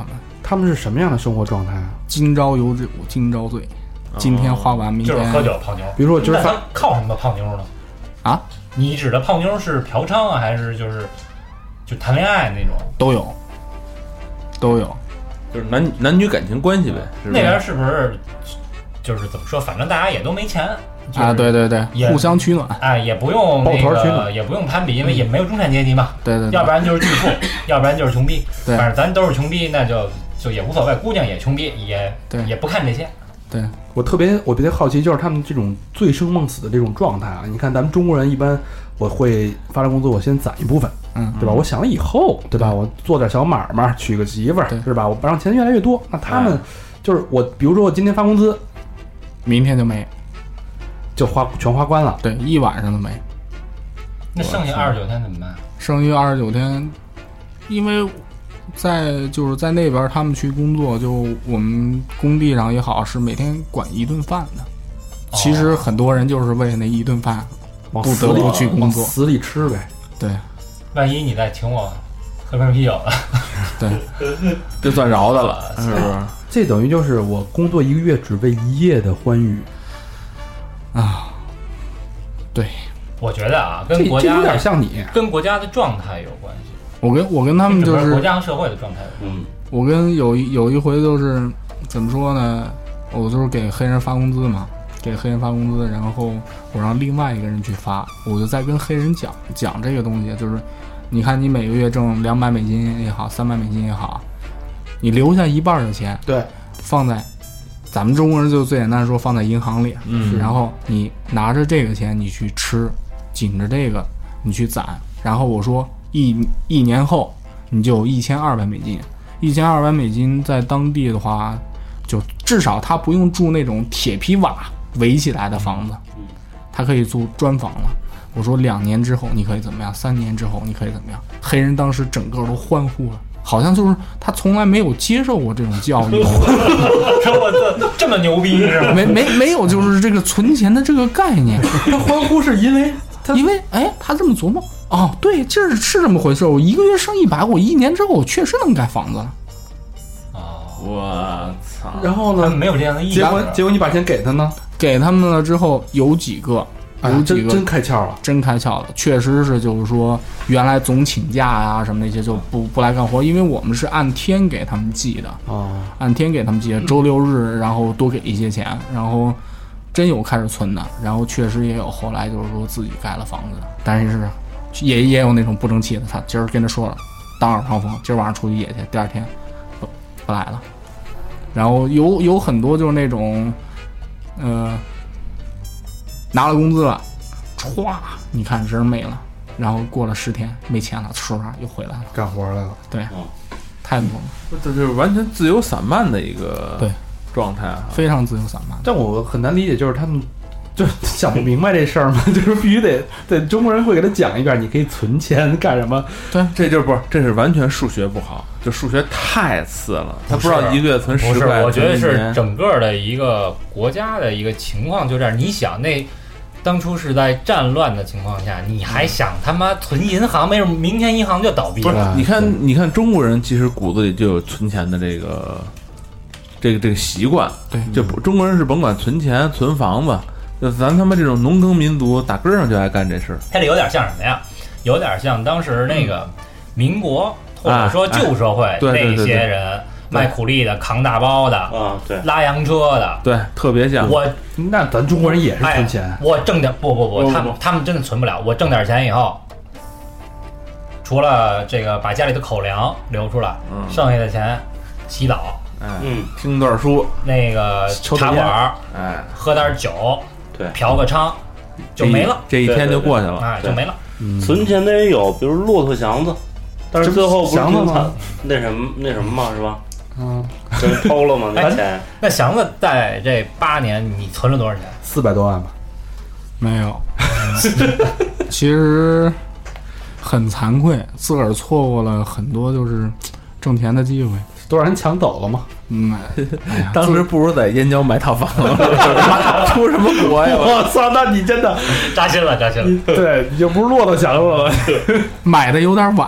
Speaker 2: 他们是什么样的生活状态啊？
Speaker 6: 今朝有酒今朝醉，今天花完明天
Speaker 4: 就是喝酒泡妞。
Speaker 2: 比如说我今儿发
Speaker 4: 那他靠什么泡妞呢？
Speaker 6: 啊？
Speaker 4: 你指的泡妞是嫖娼啊，还是就是就谈恋爱那种？
Speaker 6: 都有，都有。
Speaker 3: 就是男男女感情关系呗。是吧
Speaker 4: 那边是不是就是怎么说？反正大家也都没钱。就是、
Speaker 6: 啊，对对对，互相取暖，
Speaker 4: 哎，也不用那个，也不用攀比，因为也没有中产阶级嘛。
Speaker 6: 对 对, 对，
Speaker 4: 要不然就是巨富，要不然就是穷逼。
Speaker 6: 对，
Speaker 4: 反正咱都是穷逼，那就就也无所谓。姑娘也穷逼，也
Speaker 6: 对，
Speaker 4: 也不看这些。
Speaker 6: 对，
Speaker 2: 我特别我特别好奇，就是他们这种醉生梦死的这种状态啊。你看咱们中国人一般，我会发了工资，我先攒一部分，
Speaker 6: 嗯，
Speaker 2: 对吧？我想了以后，对吧？我做点小买卖，娶个媳妇儿，是吧？我让钱越来越多。那他们就是我，比如说我今天发工资，
Speaker 6: 明天就没。
Speaker 2: 就花全花光了，
Speaker 6: 对，一晚上都没。
Speaker 4: 那剩下二十九天怎么办？
Speaker 6: 剩下二十九天，因为在就是在那边他们去工作，就我们工地上也好，是每天管一顿饭的。
Speaker 4: 哦、
Speaker 6: 其实很多人就是为那一顿饭，不得不去工作，
Speaker 2: 死里吃呗。
Speaker 6: 对，
Speaker 4: 万一你再请我喝瓶啤酒了，
Speaker 6: 对，
Speaker 3: 就算饶的了，是不是？
Speaker 2: 这等于就是我工作一个月只为一夜的欢愉。
Speaker 6: 啊，对，
Speaker 4: 我觉得啊，跟国家
Speaker 2: 有点像你，
Speaker 4: 跟国家的状态有关系。
Speaker 6: 我跟我跟他们就是
Speaker 4: 国家和社会的状态有关系。
Speaker 6: 嗯，我跟有一有一回就是怎么说呢？我就是给黑人发工资嘛，给黑人发工资，然后我让另外一个人去发，我就在跟黑人讲讲这个东西，就是你看你每个月挣两百美金也好，三百美金也好，你留下一半的钱，
Speaker 2: 对，
Speaker 6: 放在。咱们中国人就最简单说放在银行里，
Speaker 3: 嗯，
Speaker 6: 然后你拿着这个钱你去吃，紧着这个你去攒，然后我说一一年后你就有一千二百美金，一千二百美金在当地的话，就至少他不用住那种铁皮瓦围起来的房子，他可以住砖房了。我说两年之后你可以怎么样？三年之后你可以怎么样？黑人当时整个都欢呼了。好像就是他从来没有接受过这种教育，
Speaker 4: 我这这么牛逼是吧？
Speaker 6: 没没没有，就是这个存钱的这个概念。
Speaker 2: 他欢呼是因为
Speaker 6: 他因为哎，他这么琢磨，哦，对，这是是这么回事。我一个月挣一百，我一年之后我确实能盖房子了。
Speaker 4: 哦，
Speaker 3: 我操！
Speaker 2: 然后呢，
Speaker 4: 没有这样的意识。
Speaker 2: 结果结果你把钱给他呢？
Speaker 6: 给他们了之后，有几个。有几个
Speaker 2: 真开窍了，
Speaker 6: 真开窍了，确实是，就是说，原来总请假呀、啊、什么那些就不不来干活，因为我们是按天给他们记的，
Speaker 2: 哦，
Speaker 6: 按天给他们记的，周六日然后多给一些钱，然后真有开始存的，然后确实也有后来就是说自己盖了房子的，但是也也有那种不争气的，他今儿跟他说了，当耳旁风，今儿晚上出去野去，第二天不不来了，然后有有很多就是那种，呃。拿了工资了，歘，你看人没了，然后过了十天没钱了，唰又回来了，
Speaker 2: 干活来了。
Speaker 6: 对，
Speaker 3: 嗯、
Speaker 6: 太多了，
Speaker 3: 这就是完全自由散漫的一个
Speaker 6: 对
Speaker 3: 状态啊，
Speaker 6: 非常自由散漫。
Speaker 2: 但我很难理解，就是他们就想不明白这事儿嘛，就是必须得得中国人会给他讲一遍，你可以存钱干什么？
Speaker 6: 对，
Speaker 3: 这就是不是，这是完全数学不好，就数学太次了，他不知道一个月存十块。
Speaker 4: 我觉得是整个的一个国家的一个情况就这样。你想那。当初是在战乱的情况下，你还想他妈存银行？没准明天银行就倒闭了。
Speaker 3: 不是，你看，你看中国人其实骨子里就有存钱的这个，这个这个习惯。
Speaker 6: 对，
Speaker 3: 就中国人是甭管存钱、存房子，就咱他妈这种农耕民族，打根上就爱干这事。
Speaker 4: 它这有点像什么呀？有点像当时那个民国、嗯、或者说旧社会、
Speaker 3: 啊哎、
Speaker 4: 那些人。卖苦力的、扛大包的
Speaker 7: 啊，对，
Speaker 4: 拉洋车的，
Speaker 3: 对，特别像
Speaker 2: 我。那咱中国人也是存钱。
Speaker 4: 哎、我挣点不不不，他们他们真的存不了。我挣点钱以后，除了这个把家里的口粮留出来，
Speaker 3: 嗯、
Speaker 4: 剩下的钱洗澡，
Speaker 3: 哎，嗯，听段书，
Speaker 4: 那个茶馆，
Speaker 3: 哎，
Speaker 4: 喝点酒，
Speaker 7: 对，
Speaker 4: 嫖个娼，就没了。
Speaker 3: 这一天就过去了，
Speaker 4: 哎，就没了。
Speaker 7: 嗯、存钱的也有，比如骆驼祥子，但是最后不是那什么那什么嘛，是吧？
Speaker 2: 嗯，
Speaker 7: 真偷了吗？那钱？
Speaker 4: 那祥子在这八年，你存了多少钱？
Speaker 2: 四百多万吧？
Speaker 6: 没有。其实很惭愧，自个儿错过了很多就是挣钱的机会，
Speaker 2: 都让人抢走了吗？
Speaker 6: 嗯，
Speaker 3: 哎、当时不如在燕郊买套房了，出什么国呀？
Speaker 2: 我操！那你真的
Speaker 4: 扎心了，扎心了。
Speaker 2: 对，你就不是骆驼祥子了，
Speaker 6: 买的有点晚。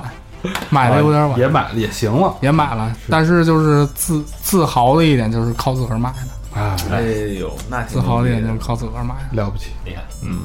Speaker 6: 买的有点晚，
Speaker 2: 也买了也行了，
Speaker 6: 也买了，但是就是自自豪的一点就是靠自个儿买的，
Speaker 2: 啊，
Speaker 3: 哎呦，那挺
Speaker 6: 自豪的一点
Speaker 3: 牛逼
Speaker 6: 就是靠自个儿买的。
Speaker 2: 了不起。
Speaker 4: 厉害。
Speaker 3: 嗯，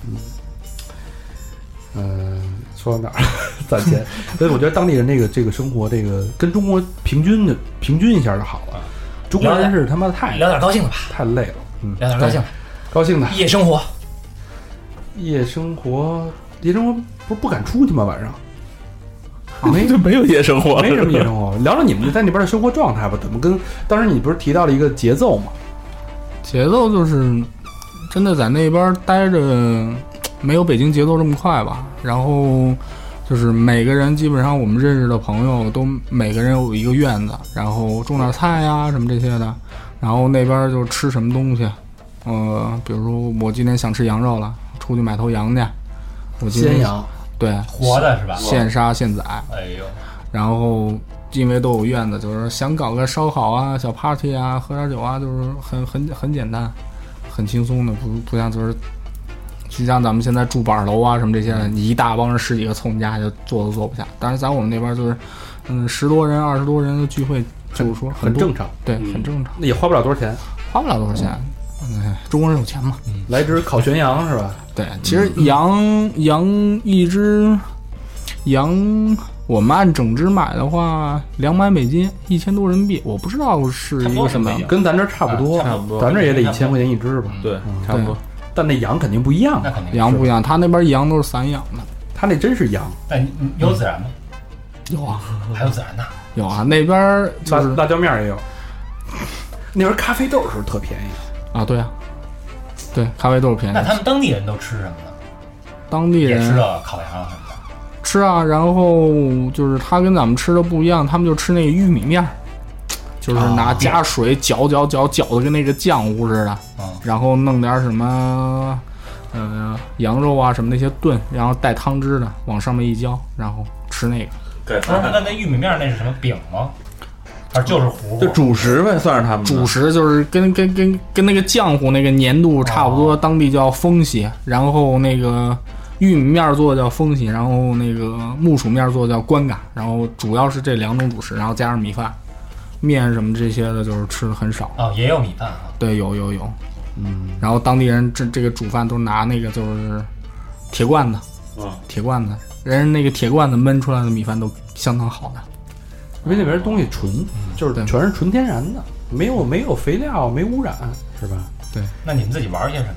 Speaker 2: 嗯，说到哪儿？攒钱。所以我觉得当地人这个这个生活，这个跟中国平均的平均一下就好了。中国人是他妈的太
Speaker 4: 聊点高兴的吧，
Speaker 2: 太累了，嗯，
Speaker 4: 聊点高兴的，
Speaker 2: 高兴的
Speaker 4: 夜生活。
Speaker 2: 夜生活，夜生活不是不敢出去吗？晚上
Speaker 3: 没就没有夜生活，
Speaker 2: 没什么夜生活。聊聊你们在那边的生活状态吧，怎么跟当时你不是提到了一个节奏吗？
Speaker 6: 节奏就是真的在那边待着，没有北京节奏这么快吧。然后就是每个人基本上我们认识的朋友都每个人有一个院子，然后种点菜呀什么这些的。然后那边就吃什么东西，呃，比如说我今天想吃羊肉了，出去买头羊去。我今天
Speaker 2: 鲜羊，
Speaker 6: 对，
Speaker 4: 活的是吧？
Speaker 6: 现杀现宰。
Speaker 4: 哎呦，
Speaker 6: 然后因为都有院子，就是想搞个烧烤啊、小 party 啊、喝点酒啊，就是很很很简单、很轻松的，不不像就是，就像咱们现在住板楼啊什么这些，你一大帮人十几个凑你家就坐都坐不下。但是在我们那边就是，嗯，十多人、二十多人的聚会，就是说多
Speaker 2: 很正常，
Speaker 6: 对，很正常，
Speaker 2: 那也花不了多少钱，
Speaker 6: 花不了多少钱。嗯，中国人有钱嘛。
Speaker 2: 来只烤全羊是吧？
Speaker 6: 对，其实羊羊一只羊，我们按整只买的话，两百美金，一千多人民币，我不知道是一个什么样。
Speaker 2: 跟咱这差不多，
Speaker 3: 差不多
Speaker 2: 咱这也得一千块钱一只吧？
Speaker 3: 对，差不多。
Speaker 2: 但那羊肯定不一样
Speaker 4: 那，肯定
Speaker 6: 羊不一样，他那边羊都是散养的。
Speaker 2: 他那真是羊，
Speaker 4: 但有孜然吗？
Speaker 6: 有啊，
Speaker 4: 还有孜然呢。
Speaker 6: 有啊，那边
Speaker 2: 辣
Speaker 6: 就是
Speaker 2: 辣椒面也有。那边咖啡豆是不是特便宜？
Speaker 6: 啊，对啊，对，咖啡豆便宜
Speaker 4: 那。他们当地人都吃什么呢？
Speaker 6: 当地
Speaker 4: 也吃
Speaker 6: 人
Speaker 4: 这烤羊什么的。
Speaker 6: 吃啊，然后就是他跟咱们吃的不一样，他们就吃那个玉米面儿，就是拿加水搅搅搅搅的跟那个浆糊似的，
Speaker 4: 嗯，
Speaker 6: 然后弄点什么，呃，羊肉啊什么那些炖，然后带汤汁的往上面一浇，然后吃那个。
Speaker 7: 盖
Speaker 4: 不是，那那玉米面那是什么饼吗？还是就是糊糊？
Speaker 3: 就主食呗，算是他们的
Speaker 6: 主食就是跟跟跟跟那个浆糊那个粘度差不多，
Speaker 4: 哦
Speaker 6: 当地叫风洗，然后那个玉米面做的叫风洗，然后那个木薯面做的叫关嘎，然后主要是这两种主食，然后加上米饭、面什么这些的，就是吃的很少。
Speaker 4: 哦，也有米饭啊。
Speaker 6: 对，有有有，嗯，然后当地人这这个煮饭都拿那个就是铁罐子，
Speaker 7: 嗯，
Speaker 6: 铁罐子，人那个铁罐子焖出来的米饭都相当好的。
Speaker 2: 因为那边东西纯，就是
Speaker 6: 对
Speaker 2: 全是纯天然的，没有没有肥料，没污染，是吧？
Speaker 4: 那你们自己玩些什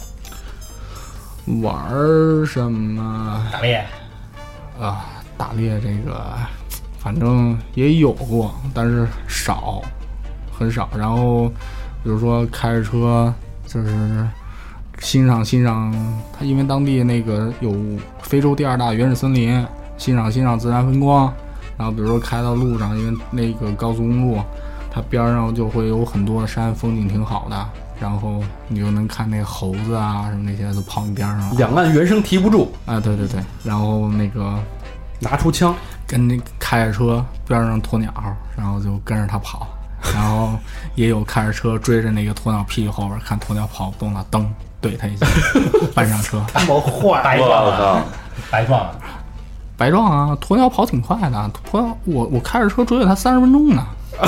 Speaker 4: 么呢？
Speaker 6: 玩儿什么
Speaker 4: 打猎？
Speaker 6: 啊？打猎这个，反正也有过，但是少，很少。然后，比如说开着车，就是欣赏欣赏它，因为当地那个有非洲第二大原始森林，欣赏欣赏自然风光。然后比如说开到路上，因为那个高速公路，它边上就会有很多的山，风景挺好的。然后你就能看那个猴子啊什么那些都跑你边上。
Speaker 2: 两岸猿声啼不住
Speaker 6: 啊，对对对。然后那个
Speaker 2: 拿出枪，
Speaker 6: 跟那开着车边上鸵鸟，然后就跟着它跑。然后也有开着车追着那个鸵鸟屁股后边，看鸵鸟跑不动了，蹬怼它一下，搬上车。
Speaker 2: 这么坏，
Speaker 4: 白撞啊！白撞啊！
Speaker 6: 白撞啊！鸵鸟跑挺快的，鸵鸟我我开着车追了它三十分钟呢。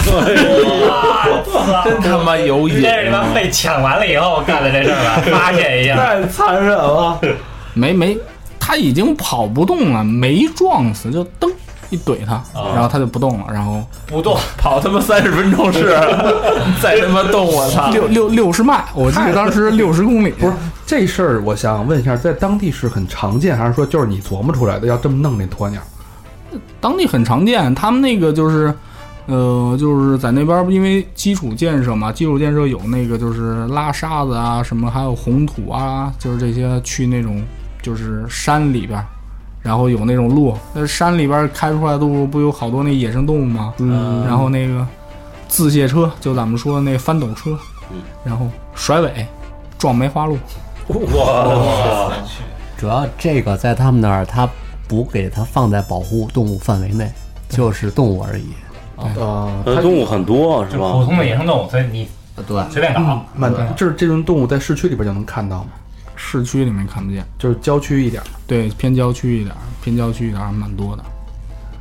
Speaker 3: 真他妈有瘾！
Speaker 4: 这是你妈被抢完了以后干的这事儿吧？发泄一下。
Speaker 2: 太残忍了。
Speaker 6: 没没，它已经跑不动了，没撞死，就蹬一怼它，
Speaker 4: 哦
Speaker 6: 然后它就不动了，然后
Speaker 4: 不动，
Speaker 3: 跑他妈三十分钟是，再他妈动我操！
Speaker 6: 六六六十迈，我记得当时六十公里。
Speaker 2: 不是这事儿，我想问一下，在当地是很常见，还是说就是你琢磨出来的？要这么弄那鸵鸟？
Speaker 6: 当地很常见，他们那个就是，呃，就是在那边，因为基础建设嘛，基础建设有那个就是拉沙子啊，什么还有红土啊，就是这些去那种就是山里边，然后有那种路，那山里边开出来的路不有好多那野生动物吗？
Speaker 2: 嗯，
Speaker 6: 然后那个自卸车，就咱们说的那翻斗车，然后甩尾撞梅花鹿。
Speaker 7: 哇，
Speaker 5: 主要这个在他们那儿，他不给它放在保护动物范围内，就是动物而已。
Speaker 2: 呃，
Speaker 7: 呃，动物很多是吧？
Speaker 4: 就普通的野生动物，所以你
Speaker 5: 对，
Speaker 4: 随便搞。
Speaker 2: 满就是这种动物在市区里边就能看到吗？
Speaker 6: 市区里面看不见，
Speaker 2: 就是郊区一点。
Speaker 6: 对，偏郊区一点，偏郊区一点还蛮多的。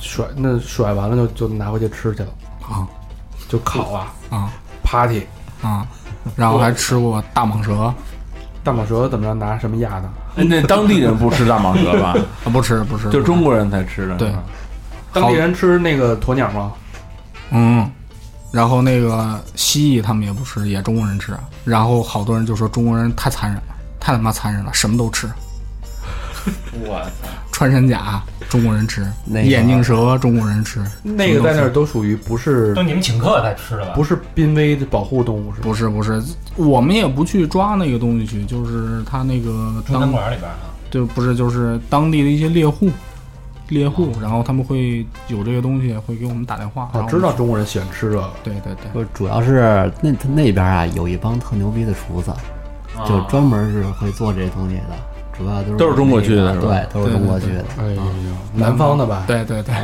Speaker 2: 甩那甩完了就就拿回去吃去了
Speaker 6: 啊，
Speaker 2: 就烤啊
Speaker 6: 啊
Speaker 2: ，party
Speaker 6: 啊，然后还吃过大蟒蛇。
Speaker 2: 大蟒蛇怎么着？拿什么压的？
Speaker 3: 那当地人不吃大蟒蛇吧？
Speaker 6: 啊，不吃不吃，
Speaker 3: 就中国人才吃的。
Speaker 6: 对，
Speaker 2: 当地人吃那个鸵鸟吗？
Speaker 6: 嗯，然后那个蜥蜴他们也不吃，也中国人吃。然后好多人就说中国人太残忍了，太他妈残忍了，什么都吃。
Speaker 3: 我操！
Speaker 6: 穿山甲中国人吃，
Speaker 5: 那个、
Speaker 6: 眼镜蛇中国人吃，
Speaker 2: 那个在那儿都属于不是
Speaker 4: 都你们请客才吃的吧？
Speaker 2: 不是濒危的保护动物是吧？
Speaker 6: 不是不是，我们也不去抓那个东西去，就是他那个
Speaker 4: 中餐馆里边啊，
Speaker 6: 对，不是就是当地的一些猎户。猎户，然后他们会有这个东西，会给我们打电话。
Speaker 2: 我、哦、知道中国人喜欢吃这个。
Speaker 6: 对对对，
Speaker 5: 主要是那那边啊有一帮特牛逼的厨子，啊、就专门是会做这东西的。主要都是
Speaker 3: 都是中国去的，是吧？
Speaker 5: 对，都是中国去的。
Speaker 2: 哎呦，南方的吧？
Speaker 6: 对对对。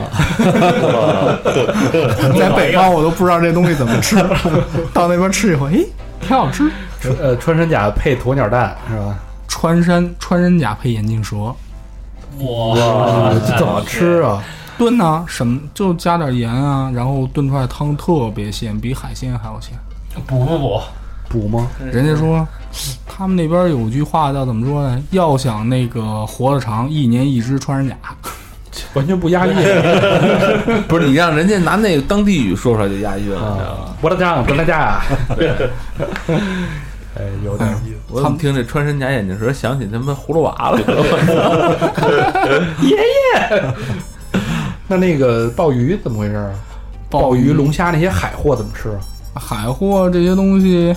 Speaker 6: 在北方我都不知道这东西怎么吃，到那边吃以后，哎，挺好吃。
Speaker 2: 呃，穿山甲配鸵鸟蛋是吧？
Speaker 6: 穿山穿山甲配眼镜蛇。
Speaker 4: 哇，
Speaker 2: 这怎么吃啊？
Speaker 6: 炖啊，什么就加点盐啊，然后炖出来汤特别鲜，比海鲜还要鲜。
Speaker 4: 补不补？
Speaker 2: 补吗？
Speaker 6: 人家说，他们那边有句话叫怎么说呢？要想那个活得长，一年一只穿山甲，
Speaker 2: 完全不押韵。
Speaker 3: 不是你让人家拿那个当地语说出来就押韵了，知道吗？
Speaker 2: 我的酱，我的酱。哎，有点意思。
Speaker 3: 我怎么听这穿山甲眼镜蛇想起他妈葫芦娃了？
Speaker 2: 爷爷。那那个鲍鱼怎么回事啊？鲍鱼、龙虾那些海货怎么吃啊？
Speaker 6: 海货这些东西，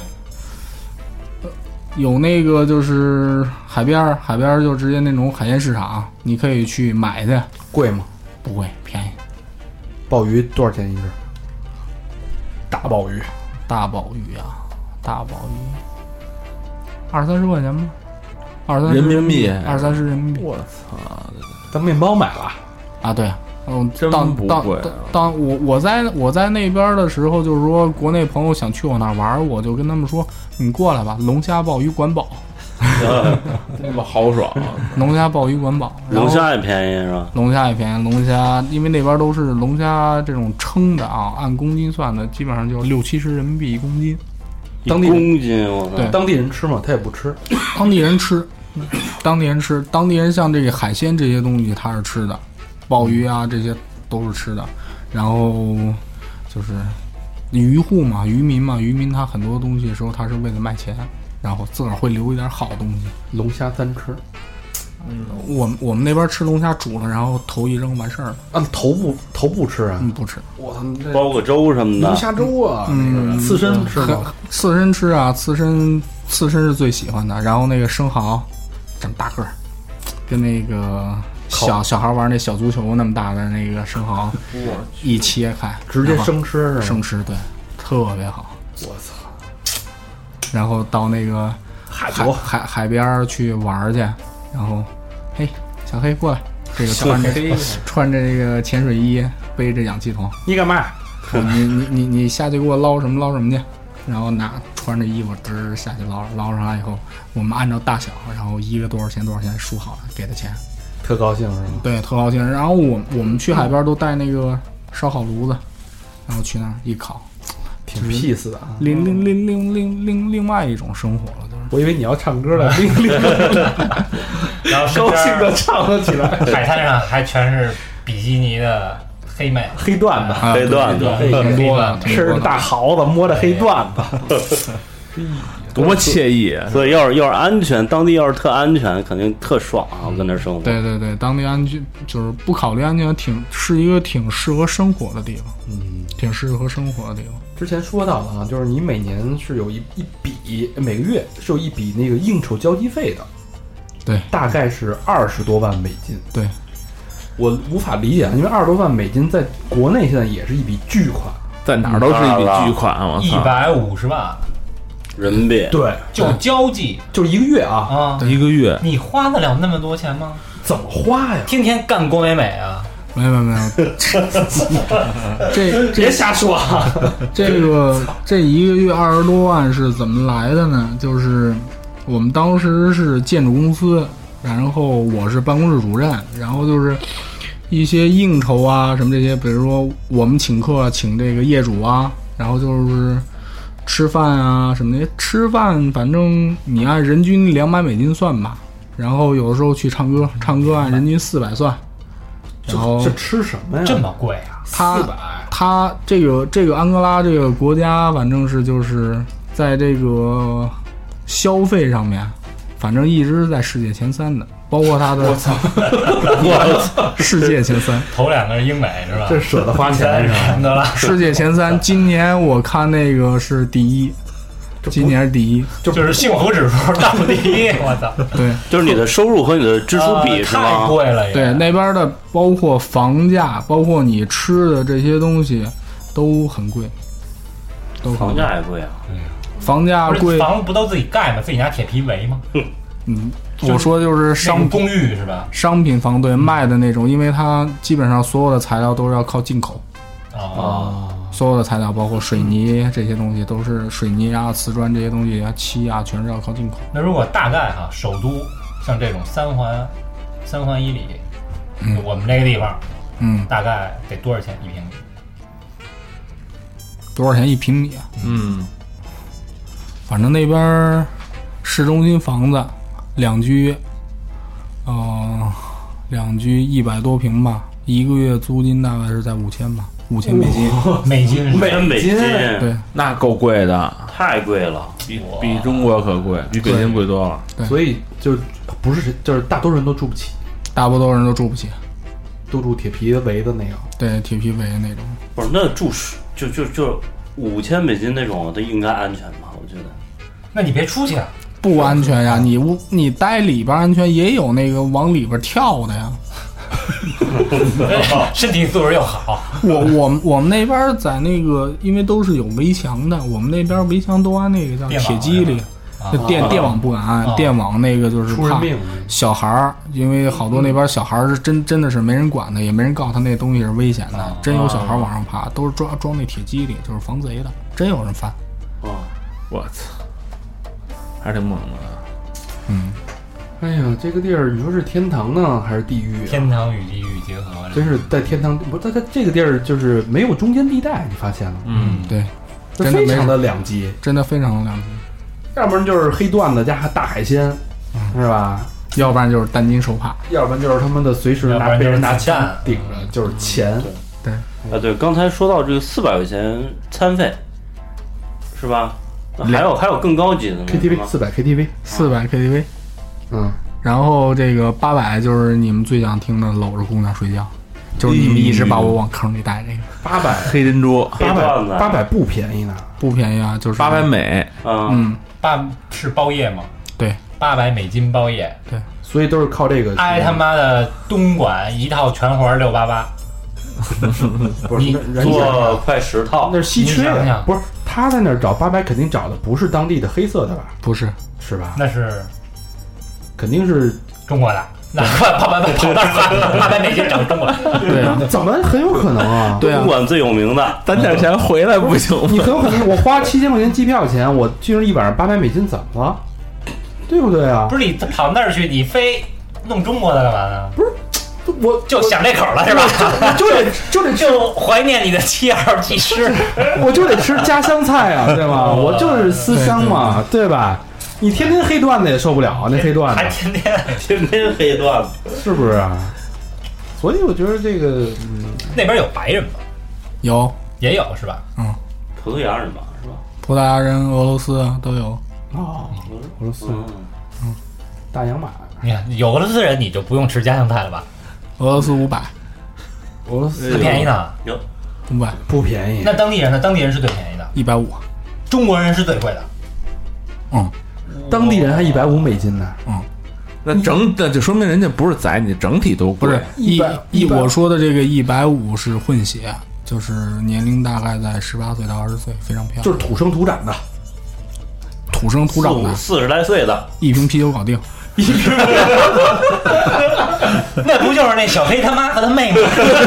Speaker 6: 有那个就是海边，海边就直接那种海鲜市场，你可以去买去。
Speaker 2: 贵吗？
Speaker 6: 不贵，便宜。
Speaker 2: 鲍鱼多少钱一只？大鲍鱼，
Speaker 6: 大鲍鱼啊，大鲍鱼。二三十块钱吧，二三十
Speaker 3: 人民币，
Speaker 6: 二三十人民币。
Speaker 3: 我操！
Speaker 2: 当面包买了
Speaker 6: 啊？对，嗯，
Speaker 3: 真不贵。
Speaker 6: 当当我我在我在那边的时候，就是说国内朋友想去我那玩，我就跟他们说，你过来吧，龙虾鲍鱼管饱。
Speaker 3: 那么豪爽，
Speaker 6: 龙虾鲍鱼管饱，
Speaker 7: 龙虾也便宜是吧？
Speaker 6: 龙虾也便宜，龙虾因为那边都是龙虾这种称的啊，按公斤算的，基本上就六七十人民币一公斤。
Speaker 2: 当地
Speaker 7: 公斤，我
Speaker 6: 对
Speaker 2: 当地人吃吗？他也不吃。
Speaker 6: 当地人吃，当地人吃，当地人像这个海鲜这些东西他是吃的，鲍鱼啊这些都是吃的。然后就是渔户嘛，渔民嘛，渔民他很多东西的时候他是为了卖钱，然后自个儿会留一点好东西。
Speaker 2: 龙虾三吃。
Speaker 6: 嗯，我们我们那边吃龙虾煮了，然后头一扔完事儿了。
Speaker 2: 啊，头不头不吃啊？
Speaker 6: 嗯，不吃。
Speaker 2: 我操，
Speaker 7: 包个粥什么的。
Speaker 2: 龙虾粥啊，
Speaker 6: 嗯，
Speaker 2: 刺身吃吗？
Speaker 6: 刺身吃啊，刺身刺身是最喜欢的。然后那个生蚝，这么大个儿，跟那个小小孩玩那小足球那么大的那个生蚝，一切开，
Speaker 2: 直接生吃是吗？
Speaker 6: 生吃，对，特别好。
Speaker 2: 我操！
Speaker 6: 然后到那个
Speaker 2: 海
Speaker 6: 海海海边去玩去。然后，嘿，小黑过来，这个穿着穿着这个潜水衣，背着氧气筒，
Speaker 2: 你干嘛？
Speaker 6: 你你你你下去给我捞什么捞什么去，然后拿穿着衣服嘚下去捞，捞上来以后，我们按照大小，然后一个多少钱多少钱数好了，给他钱，
Speaker 2: 特高兴是吗？
Speaker 6: 对，特高兴。然后我我们去海边都带那个烧烤炉子，然后去那儿一烤。
Speaker 2: 挺 peace 的啊，
Speaker 6: 另另另另另另另外一种生活了，就是
Speaker 2: 我以为你要唱歌了，另另，
Speaker 4: 然后
Speaker 2: 高兴的唱了起来。
Speaker 4: 海滩上还全是比基尼的黑妹、
Speaker 2: 黑段子、
Speaker 6: 啊、
Speaker 7: 黑段子，
Speaker 6: 挺多的，
Speaker 2: 吃着大蚝子，摸着黑段子，
Speaker 3: 多么惬意啊！
Speaker 7: 所以要是要是安全，当地要是特安全，肯定特爽啊！我跟那生活。
Speaker 6: 对对对，当地安全就是不考虑安全，挺是一个挺适合生活的地方，
Speaker 2: 嗯，
Speaker 6: 挺适合生活的地方。
Speaker 2: 之前说到了啊，就是你每年是有一一笔，每个月是有一笔那个应酬交际费的，
Speaker 6: 对，
Speaker 2: 大概是二十多万美金。
Speaker 6: 对，
Speaker 2: 我无法理解，因为二十多万美金在国内现在也是一笔巨款，
Speaker 3: 在哪儿都是一笔巨款，我操，
Speaker 4: 一百五十万
Speaker 7: 人民币，
Speaker 2: 对，
Speaker 4: 就交际，
Speaker 2: 就一个月啊，
Speaker 4: 啊，
Speaker 3: 一个月，
Speaker 4: 你花得了那么多钱吗？
Speaker 2: 怎么花呀？
Speaker 4: 天天干郭美美啊！
Speaker 6: 没有没有没有，这
Speaker 2: 别瞎说啊！
Speaker 6: 这个这一个月二十多万是怎么来的呢？就是我们当时是建筑公司，然后我是办公室主任，然后就是一些应酬啊什么这些，比如说我们请客请这个业主啊，然后就是吃饭啊什么的，吃饭反正你按人均两百美金算吧，然后有的时候去唱歌，唱歌按人均四百算，然后
Speaker 2: 这吃什么呀？
Speaker 4: 这么贵啊？
Speaker 6: 他
Speaker 2: 四百，
Speaker 6: 他这个这个安哥拉这个国家，反正是就是在这个消费上面，反正一直是在世界前三的，包括他的，我操，世界前三，
Speaker 4: 头两个是英美是吧？
Speaker 2: 这舍得花钱是吧？
Speaker 4: 安哥拉
Speaker 6: 世界前三，今年我看那个是第一，今年是第一，
Speaker 4: 就是幸福指数到第一，我操！
Speaker 6: 对，
Speaker 7: 就是你的收入和你的支出比、
Speaker 4: 呃、
Speaker 7: 是吗？
Speaker 4: 太贵了也，
Speaker 6: 对，那边的包括房价，包括你吃的这些东西都很贵，都很贵
Speaker 7: 房价也贵啊。
Speaker 6: 房价贵，
Speaker 4: 房子不都自己盖吗？自己拿铁皮围吗？
Speaker 6: 嗯，我说就是商
Speaker 4: 公寓是吧？
Speaker 6: 商品房对卖的那种，因为它基本上所有的材料都是要靠进口。
Speaker 4: 哦，
Speaker 6: 所有的材料包括水泥这些东西都是水泥啊、瓷砖这些东西啊、漆啊，全是要靠进口。
Speaker 4: 那如果大概哈，首都像这种三环、三环以里，嗯、我们这个地方，
Speaker 6: 嗯，
Speaker 4: 大概得多少钱一平米？
Speaker 6: 多少钱一平米啊？
Speaker 3: 嗯，
Speaker 6: 反正那边市中心房子两居，呃，两居一百多平吧，一个月租金大概是在五千吧。五千美金，
Speaker 4: 美金，
Speaker 7: 美美金，
Speaker 6: 对，
Speaker 3: 那够贵的，
Speaker 7: 太贵了，
Speaker 3: 比比中国可贵，比北京贵多了。
Speaker 6: 对，
Speaker 2: 所以就不是就是大多数人都住不起，
Speaker 6: 大多数人都住不起，
Speaker 2: 都住铁皮围的那个。
Speaker 6: 对，铁皮围的那种。
Speaker 7: 不是，那住就就就五千美金那种，它应该安全吗？我觉得。
Speaker 4: 那你别出去啊！
Speaker 6: 不安全呀，你屋你待里边安全，也有那个往里边跳的呀。
Speaker 4: 身体素质又好，
Speaker 6: 我我们我们那边在那个，因为都是有围墙的，我们那边围墙都安那个叫铁机里，就电电网不敢安，电网那个就是怕小孩儿，因为好多那边小孩是真真的是没人管的，也没人告诉他那东西是危险的，真有小孩往上爬，都是装装那铁机里，就是防贼的，真有人翻。
Speaker 7: 哦，
Speaker 3: 我操，还是挺猛的。
Speaker 6: 嗯。
Speaker 2: 哎呀，这个地儿你说是天堂呢还是地狱、啊？
Speaker 4: 天堂与地狱结合，
Speaker 2: 真是在天堂不？它它这个地儿就是没有中间地带，你发现了吗？
Speaker 6: 嗯，对，
Speaker 2: 真的非常的两极，
Speaker 6: 真的非常的两极。
Speaker 2: 要不然就是黑段子加大海鲜，嗯、是吧？
Speaker 6: 要不然就是担惊受怕，
Speaker 2: 要不然就是他们的随时拿被人拿枪顶着，就是钱。
Speaker 6: 对
Speaker 7: 啊，对，刚才说到这个四百块钱餐费，是吧？那还有还有更高级的呢
Speaker 2: K T V 四百 K T V
Speaker 6: 四百 K T V。
Speaker 2: 嗯，
Speaker 6: 然后这个八百就是你们最想听的搂着姑娘睡觉，就是你们一直把我往坑里带这个。
Speaker 2: 八百
Speaker 3: 黑珍珠，
Speaker 2: 八百八百不便宜呢，
Speaker 6: 不便宜啊，就是
Speaker 3: 八百美，
Speaker 6: 嗯，
Speaker 4: 八是包夜吗？
Speaker 6: 对，
Speaker 4: 八百美金包夜，
Speaker 6: 对，
Speaker 2: 所以都是靠这个。
Speaker 4: 挨他妈的东莞一套全活六八八，
Speaker 2: 不是人
Speaker 7: 做快十套，
Speaker 2: 那是稀缺，不是他在那儿找八百，肯定找的不是当地的黑色的吧？
Speaker 6: 不是，
Speaker 2: 是吧？
Speaker 4: 那是。
Speaker 2: 肯定是
Speaker 4: 中国的，那跑跑跑那儿八百美金找中国，
Speaker 6: 对啊，
Speaker 2: 怎么很有可能啊？
Speaker 6: 对啊，
Speaker 7: 东莞最有名的，
Speaker 3: 攒点钱回来不行吗？
Speaker 2: 你很有可能，我花七千块钱机票钱，我去那一晚上八百美金，怎么了？对不对啊？
Speaker 4: 不是你跑那儿去，你非弄中国的干嘛呢？
Speaker 2: 不是，我
Speaker 4: 就想这口了是吧？
Speaker 2: 就得就得
Speaker 4: 就怀念你的七二技师，
Speaker 2: 我就得吃家乡菜啊，对吧？我就是思乡嘛，对吧？你天天黑段子也受不了，那黑段子
Speaker 4: 还天天
Speaker 7: 天天黑段子，
Speaker 2: 是不是啊？所以我觉得这个，嗯，
Speaker 4: 那边有白人吗？
Speaker 6: 有，
Speaker 4: 也有是吧？
Speaker 6: 嗯，
Speaker 7: 葡萄牙人吧，是吧？
Speaker 6: 葡萄牙人、俄罗斯都有。
Speaker 2: 哦，俄罗斯，嗯，大洋马。
Speaker 4: 你看，有俄罗斯人你就不用吃家乡菜了吧？
Speaker 6: 俄罗斯五百，
Speaker 2: 俄罗斯
Speaker 4: 还便宜呢？
Speaker 7: 有
Speaker 6: 五百
Speaker 2: 不便宜。
Speaker 4: 那当地人呢？当地人是最便宜的，
Speaker 6: 一百五。
Speaker 4: 中国人是最贵的。
Speaker 6: 嗯。
Speaker 2: 当地人还一百五美金呢，
Speaker 6: 嗯，
Speaker 3: 那整那就说明人家不是宰你，整体都
Speaker 6: 不是一一我说的这个一百五是混血，就是年龄大概在十八岁到二十岁，非常漂亮，
Speaker 2: 就是土生土长的，
Speaker 6: 土生土长的，
Speaker 7: 四十来岁的，
Speaker 6: 一瓶啤酒搞定。
Speaker 4: 那不就是那小黑他妈和他妹吗？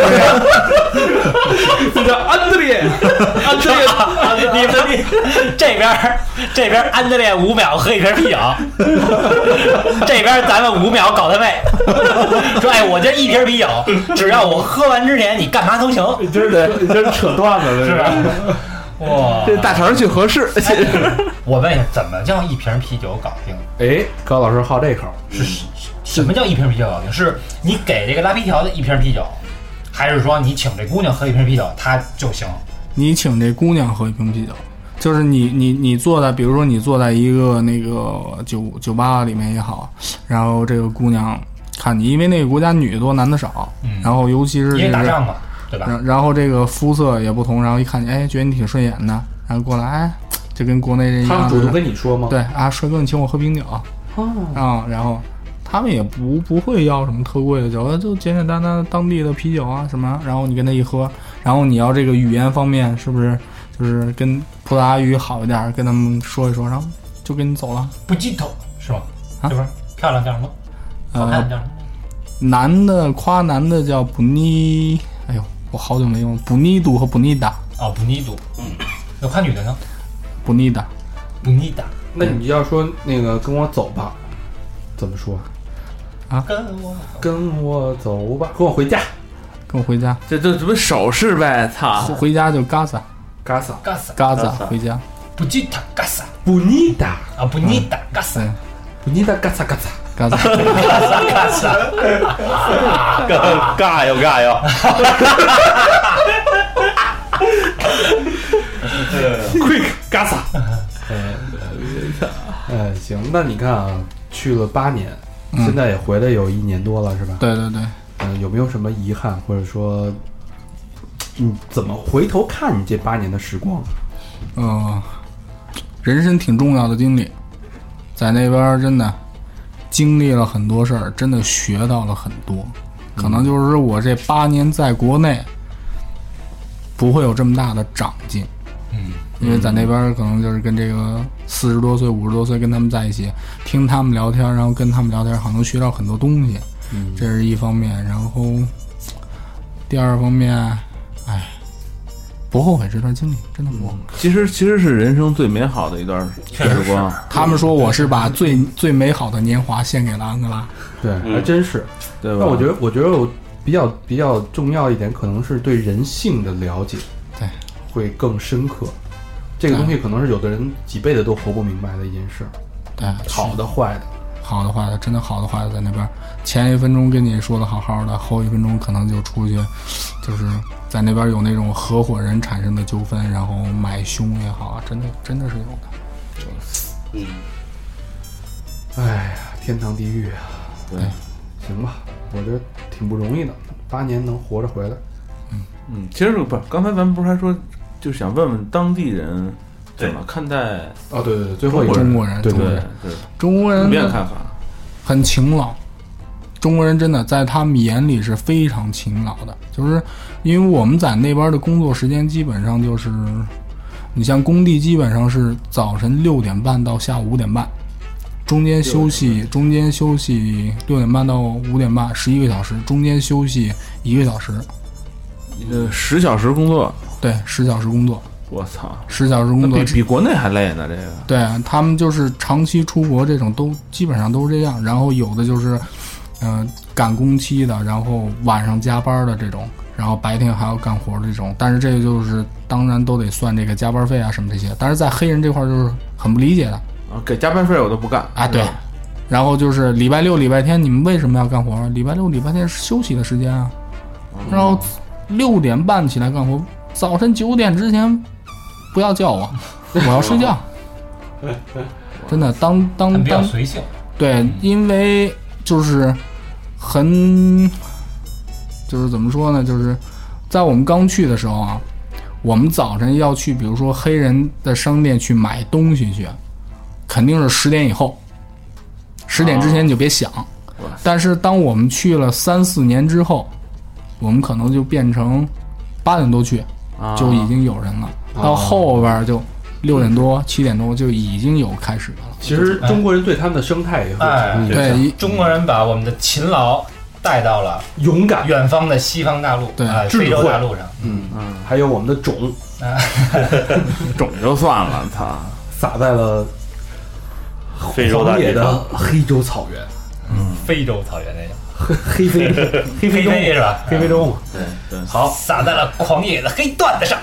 Speaker 2: 这叫安德烈，安德烈，
Speaker 4: 你们你这边这边安德烈五秒喝一瓶啤酒，这边咱们五秒搞他妹。说哎，我这一瓶啤酒，只要我喝完之前你干嘛都行。
Speaker 2: 你这是你这是扯段子
Speaker 4: 是吧？哇，
Speaker 3: 这大肠去合适。
Speaker 4: 我问一下，怎么叫一瓶啤酒搞定？
Speaker 2: 哎，高老师好这口，
Speaker 4: 是什么叫一瓶啤酒搞定？是你给这个拉皮条的一瓶啤酒，还是说你请这姑娘喝一瓶啤酒，她就行？
Speaker 6: 你请这姑娘喝一瓶啤酒，就是你你你坐在，比如说你坐在一个那个酒酒吧里面也好，然后这个姑娘看你，因为那个国家女的多，男的少，嗯、然后尤其是、这个、
Speaker 4: 因为打仗嘛，对吧？
Speaker 6: 然然后这个肤色也不同，然后一看你，哎，觉得你挺顺眼的，然后过来，哎，就跟国内这一样。
Speaker 2: 他主动跟你说吗？
Speaker 6: 对啊，帅哥，你请我喝冰酒。哦，啊，然后他们也不不会要什么特贵的酒，就简简单单当地的啤酒啊什么，然后你跟他一喝，然后你要这个语言方面是不是就是跟葡萄牙语好一点，跟他们说一说，然后就跟你走了。
Speaker 4: 不记头是吗？啊，就是漂亮叫什么？好看叫什么？
Speaker 6: 男的夸男的叫布尼，哎呦，我好久没用布尼杜和布尼达。
Speaker 4: 哦，布尼杜，嗯，那夸女的呢？
Speaker 6: 布尼达，
Speaker 4: 布尼达。
Speaker 2: 那你要说那个跟我走吧，怎么说？
Speaker 6: 啊，
Speaker 4: 跟我
Speaker 2: 跟我走吧，跟我回家，
Speaker 6: 跟我回家。
Speaker 3: 这这什么手势呗？操，
Speaker 6: 回家就嘎萨，
Speaker 2: 嘎萨，
Speaker 4: 嘎萨，
Speaker 6: 嘎萨，回家。
Speaker 4: 不记他嘎萨，
Speaker 2: 布尼达
Speaker 4: 啊，布尼达嘎萨，
Speaker 2: 布尼达嘎萨嘎萨。
Speaker 6: 嘎萨，
Speaker 4: 嘎萨，嘎萨，
Speaker 7: 尬尬哟尬哟，
Speaker 2: quick 嘎萨，呃，行，那你看啊，去了八年，
Speaker 6: 嗯、
Speaker 2: 现在也回来有一年多了，是吧？
Speaker 6: 对对对，
Speaker 2: 嗯、呃，有没有什么遗憾，或者说，你怎么回头看你这八年的时光？
Speaker 6: 呃，人生挺重要的经历，在那边真的。经历了很多事儿，真的学到了很多，可能就是我这八年在国内不会有这么大的长进，
Speaker 4: 嗯，
Speaker 6: 因为在那边可能就是跟这个四十多岁、五十多岁跟他们在一起，听他们聊天，然后跟他们聊天，好像能学到很多东西，
Speaker 2: 嗯，
Speaker 6: 这是一方面。然后第二方面，哎，不后悔这段经历，真的不后悔。
Speaker 3: 其实其实是人生最美好的一段时光。
Speaker 6: 他们说我是把最最美好的年华献给了安哥拉，
Speaker 2: 对，还真是。
Speaker 3: 对吧？
Speaker 2: 那我觉得，我觉得我比较比较重要一点，可能是对人性的了解，
Speaker 6: 对，
Speaker 2: 会更深刻。这个东西可能是有的人几辈子都活不明白的一件事。
Speaker 6: 对，
Speaker 2: 好的坏的，
Speaker 6: 好的坏的，真的好的坏的在那边。前一分钟跟你说的好好的，后一分钟可能就出去，就是在那边有那种合伙人产生的纠纷，然后买凶也好，真的真的是有的。
Speaker 7: 嗯，
Speaker 2: 哎呀，天堂地狱啊！
Speaker 3: 对，
Speaker 2: 行吧，我觉得挺不容易的，八年能活着回来。
Speaker 3: 嗯嗯，其实不是，刚才咱们不是还说，就想问问当地人怎么看待？
Speaker 2: 哦，对对对，最后一个
Speaker 6: 中国人，
Speaker 2: 对
Speaker 6: 对
Speaker 3: 对对，
Speaker 6: 中国人
Speaker 3: 普遍看法
Speaker 6: 很勤劳。中国人真的在他们眼里是非常勤劳的，就是因为我们在那边的工作时间基本上就是，你像工地基本上是早晨六点半到下午五点半，中间休息中间休息六点半到五点半，十一个小时，中间休息一个小时，
Speaker 3: 呃，十小时工作，
Speaker 6: 对，十小时工作。
Speaker 3: 我操，
Speaker 6: 十小时工作
Speaker 3: 比比国内还累呢，这个。
Speaker 6: 对他们就是长期出国这种都基本上都是这样，然后有的就是。嗯、呃，赶工期的，然后晚上加班的这种，然后白天还要干活的这种，但是这个就是当然都得算这个加班费啊什么这些，但是在黑人这块就是很不理解的
Speaker 3: 啊，给加班费我都不干
Speaker 6: 啊，对，然后就是礼拜六礼拜天你们为什么要干活？礼拜六礼拜天是休息的时间啊，然后六点半起来干活，早晨九点之前不要叫我，我要睡觉，真的当当当
Speaker 4: 比较随性，
Speaker 6: 对，因为就是很，就是怎么说呢？就是在我们刚去的时候啊，我们早晨要去，比如说黑人的商店去买东西去，肯定是十点以后，十点之前你就别想。
Speaker 3: 哦、
Speaker 6: 但是当我们去了三四年之后，我们可能就变成八点多去，就已经有人了。哦、到后边就六点多七点多就已经有开始的了。
Speaker 2: 其实中国人对他们的生态也会产生影响，
Speaker 6: 对，
Speaker 4: 中国人把我们的勤劳带到了
Speaker 2: 勇敢，
Speaker 4: 远方的西方大陆，
Speaker 6: 对
Speaker 4: 啊，
Speaker 2: 智慧
Speaker 4: 非洲大陆上，
Speaker 2: 嗯嗯，还有我们的种
Speaker 3: 种就算了，操，
Speaker 2: 撒在了
Speaker 7: 非洲大
Speaker 2: 荒野的
Speaker 7: 地方，
Speaker 2: 黑洲草原，
Speaker 4: 非洲草原那种
Speaker 2: 黑非黑非洲
Speaker 4: 黑非是吧？
Speaker 2: 黑非洲嘛。
Speaker 3: 对对，
Speaker 2: 好，
Speaker 4: 撒在了狂野的黑段子上。